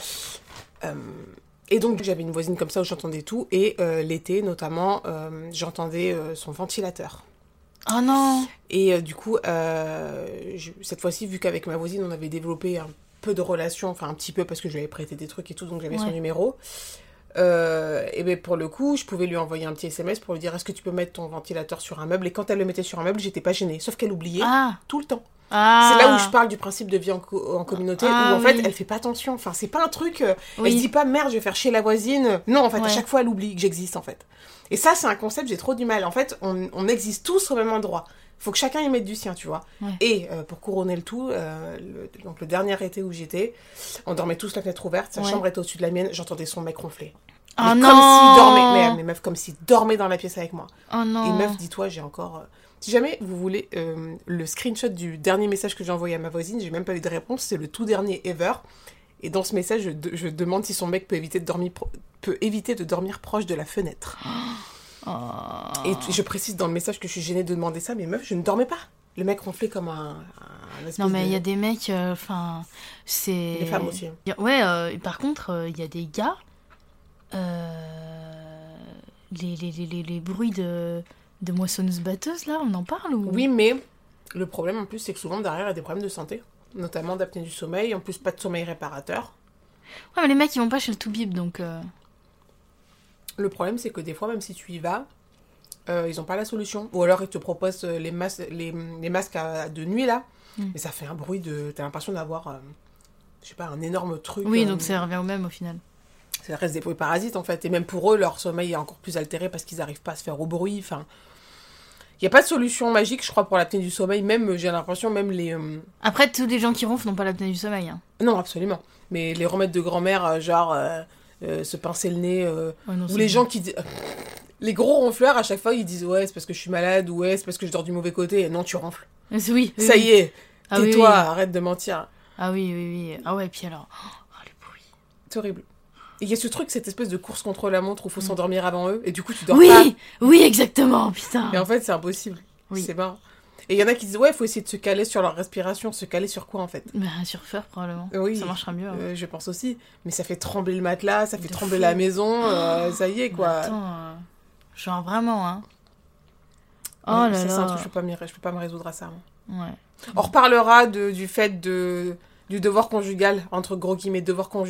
Et donc, j'avais une voisine comme ça où j'entendais tout. Et l'été, notamment, j'entendais son ventilateur. Oh non! Et du coup, cette fois-ci, vu qu'avec ma voisine, on avait développé un peu de relation, enfin un petit peu parce que je lui avais prêté des trucs et tout, donc j'avais son numéro. Et ben pour le coup, je pouvais lui envoyer un petit SMS pour lui dire est-ce que tu peux mettre ton ventilateur sur un meuble, et quand elle le mettait sur un meuble, j'étais pas gênée, sauf qu'elle oubliait tout le temps. C'est là où je parle du principe de vie en communauté, où en fait elle fait pas attention, enfin c'est pas un truc, elle se dit pas merde je vais faire chier la voisine, non en fait à chaque fois elle oublie que j'existe en fait. Et ça c'est un concept, j'ai trop du mal, en fait on existe tous au même endroit. Faut que chacun y mette du sien, tu vois. Et pour couronner le tout, donc le dernier été où j'étais, on dormait tous la fenêtre ouverte, sa chambre était au-dessus de la mienne, j'entendais son mec ronfler. Oh mais non! comme s'il dormait, mais meuf, comme s'il dormait dans la pièce avec moi. Oh non! Et meuf, dis-toi, j'ai encore... Si jamais vous voulez le screenshot du dernier message que j'ai envoyé à ma voisine, j'ai même pas eu de réponse, c'est le tout dernier ever. Et dans ce message, je demande si son mec peut éviter de dormir proche de la fenêtre. Et je précise dans le message que je suis gênée de demander ça, mais meuf, je ne dormais pas. Le mec ronflait comme un non, mais il y a des mecs, c'est... Les femmes aussi. Par contre, il y a des gars, les bruits de moissonneuse-batteuse, là, on en parle ou... Oui, mais Le problème en plus, c'est que souvent derrière, il y a des problèmes de santé, notamment d'apnée du sommeil, en plus pas de sommeil réparateur. Ouais, mais les mecs, ils vont pas chez le Toubib, donc... Le problème, c'est que des fois, même si tu y vas, ils n'ont pas la solution. Ou alors, ils te proposent les masques de nuit, là, mais ça fait un bruit de... T'as l'impression d'avoir, je sais pas, un énorme truc. Oui, donc ça revient au même, au final. Ça reste des bruits parasites, en fait. Et même pour eux, leur sommeil est encore plus altéré parce qu'ils n'arrivent pas à se faire au bruit, enfin... Il n'y a pas de solution magique, je crois, pour l'apnée du sommeil. Même, j'ai l'impression, même les... Après, tous les gens qui ronflent n'ont pas l'apnée du sommeil. Hein. Non, absolument. Mais les remèdes de grand-mère, genre se pincer le nez, non, ou les gens qui disent... les gros ronfleurs, à chaque fois, ils disent « Ouais, c'est parce que je suis malade » ou « Ouais, c'est parce que je dors du mauvais côté. » Et non, tu ronfles. Oui. Ça y est, tais-toi, oui. arrête de mentir. Ah oui. Ah ouais, puis alors... Oh, le bruit. C'est horrible. Et il y a ce truc, cette espèce de course contre la montre où il faut s'endormir avant eux, et du coup, tu dors oui pas. Oui, exactement, putain. Et en fait, c'est impossible. Oui. C'est marrant. Et il y en a qui disent, ouais, il faut essayer de se caler sur leur respiration. Se caler sur quoi, en fait? Bah, sur Fur, probablement. Oui. Ça marchera mieux. Hein. Je pense aussi. Mais ça fait trembler le matelas, ça fait De trembler fou. la maison, ça y est, quoi. Attends, genre vraiment, hein. Oh Ouais, là ça, là. c'est un truc, je peux pas me résoudre à ça. Moi. Ouais. On reparlera du fait du devoir conjugal, entre gros guillemets,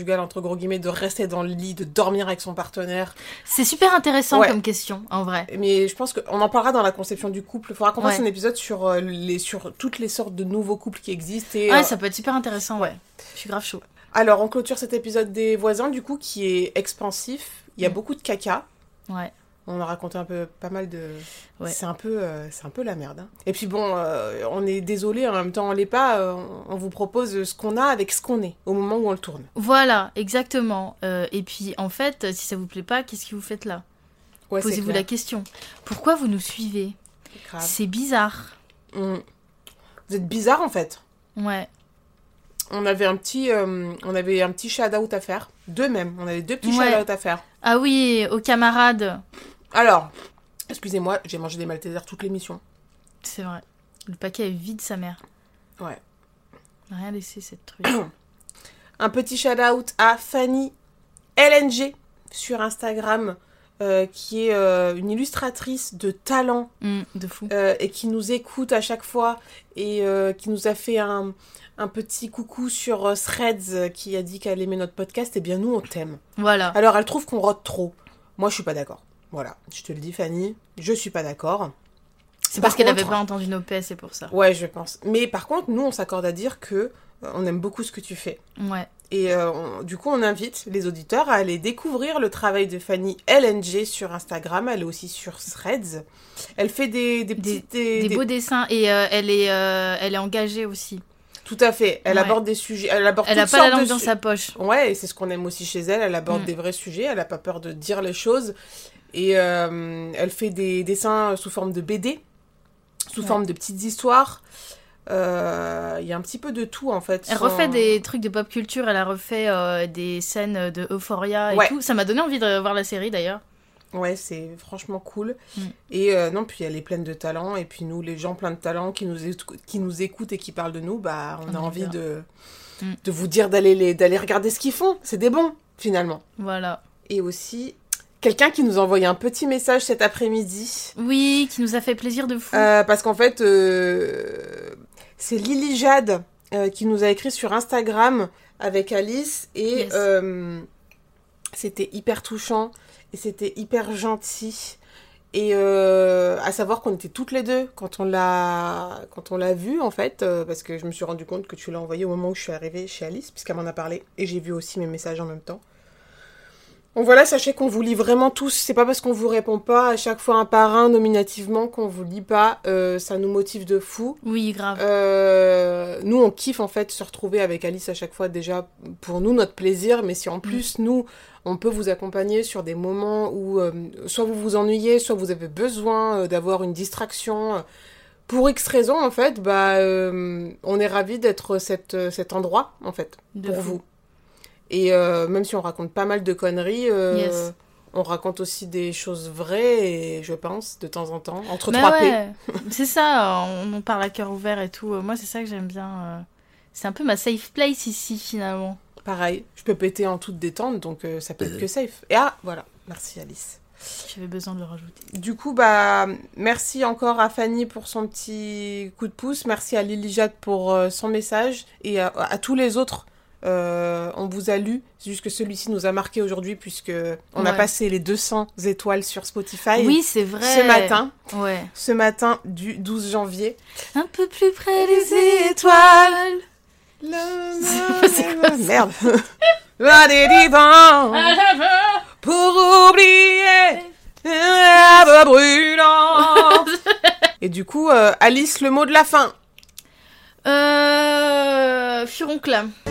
de rester dans le lit, de dormir avec son partenaire. C'est super intéressant Ouais. comme question, en vrai. Mais je pense qu'on en parlera dans la conception du couple. Il faudra qu'on fasse Ouais. un épisode sur toutes les sortes de nouveaux couples qui existent. Et, Ouais, ça peut être super intéressant, ouais. Je suis grave chaud. Alors, on clôture cet épisode des voisins, du coup, qui est expansif. Il y a beaucoup de caca. Ouais. On a raconté pas mal de... Ouais. C'est un peu la merde. Hein. Et puis bon, on est désolé, en même temps on l'est pas. On vous propose ce qu'on a avec ce qu'on est, au moment où on le tourne. Voilà, exactement. Et puis, en fait, si ça vous plaît pas, qu'est-ce que vous faites là? Ouais, Posez-vous c'est la clair. question. Pourquoi vous nous suivez? Grave. C'est bizarre. Vous êtes bizarre, en fait. Ouais. On avait un petit shout-out à faire. Deux même. On avait deux petits Ouais. shout-out à faire. Ah oui, aux camarades. Alors, excusez-moi, j'ai mangé des Maltesers toute l'émission. C'est vrai. Le paquet est vide, sa mère. Ouais. On n'a rien laissé, cette truc. Un petit shout-out à Fanny LNG sur Instagram, qui est une illustratrice de talent De fou. et qui nous écoute à chaque fois et qui nous a fait un petit coucou sur Threads qui a dit qu'elle aimait notre podcast. Eh bien, nous, on t'aime. Voilà. Alors, elle trouve qu'on rote trop. Moi, je suis pas d'accord. Voilà, je te le dis, Fanny, je suis pas d'accord. C'est parce qu'elle Par avait contre- pas entendu nos PS, c'est pour ça. Ouais, je pense. Mais par contre, nous, on s'accorde à dire que on aime beaucoup ce que tu fais. Ouais. Et du coup, on invite les auditeurs à aller découvrir le travail de Fanny LNG sur Instagram. Elle est aussi sur Threads. Elle fait des Beaux dessins. Et elle est engagée aussi. Tout à fait. Elle Ouais. aborde des sujets. Elle aborde Elle a toutes pas la sortes langue de dans sa poche. Ouais, et c'est ce qu'on aime aussi chez elle. Elle aborde Mm. des vrais sujets. Elle a pas peur de dire les choses. Et elle fait des dessins sous forme de BD, sous forme de petites histoires. Il y a un petit peu de tout, en fait. Elle refait des trucs de pop culture. Elle a refait des scènes de Euphoria et Ouais. tout. Ça m'a donné envie de voir la série, d'ailleurs. Ouais, c'est franchement cool. Mm. Et non, puis elle est pleine de talent. Et puis nous, les gens pleins de talent qui nous écoutent et qui parlent de nous, bah, on a envie de vous dire d'aller regarder ce qu'ils font. C'est des bons, finalement. Voilà. Et aussi, quelqu'un qui nous a envoyé un petit message cet après-midi. Oui, qui nous a fait plaisir de fou. Parce qu'en fait, c'est Lily Jade qui nous a écrit sur Instagram avec Alice. Et Yes. c'était hyper touchant. Et c'était hyper gentil. Et à savoir qu'on était toutes les deux quand on l'a vu, en fait. Parce que je me suis rendu compte que tu l'as envoyé au moment où je suis arrivée chez Alice, puisqu'elle m'en a parlé. Et j'ai vu aussi mes messages en même temps. Donc voilà, sachez qu'on vous lit vraiment tous. C'est pas parce qu'on vous répond pas à chaque fois un par un nominativement qu'on vous lit pas. Ça nous motive de fou. Oui, grave. Nous, on kiffe en fait se retrouver avec Alice à chaque fois, déjà pour nous, notre plaisir. Mais si en plus, nous, on peut vous accompagner sur des moments où soit vous vous ennuyez, soit vous avez besoin d'avoir une distraction. Pour X raisons, en fait, bah, on est ravis d'être cet endroit, en fait, De pour fou. vous. Et même si on raconte pas mal de conneries, Yes. on raconte aussi des choses vraies, et je pense, de temps en temps, entre Mais 3 P. ouais, c'est ça, on parle à cœur ouvert et tout. Moi, c'est ça que j'aime bien. C'est un peu ma safe place ici, finalement. Pareil, je peux péter en toute détente, donc ça peut être que safe. Et voilà, merci Alice. J'avais besoin de le rajouter. Du coup, merci encore à Fanny pour son petit coup de pouce. Merci à Lily Jade pour son message. Et à tous les autres, on vous a lu. C'est juste que celui-ci nous a marqué aujourd'hui puisque on a passé les 200 étoiles sur Spotify. Oui, c'est vrai. Ce matin. Ouais. Ce matin du 12 janvier. Un peu plus près des étoiles. C'est quoi merde. Va des divans pour oublier la brûlante. Et du coup, Alice, le mot de la fin. Furoncle.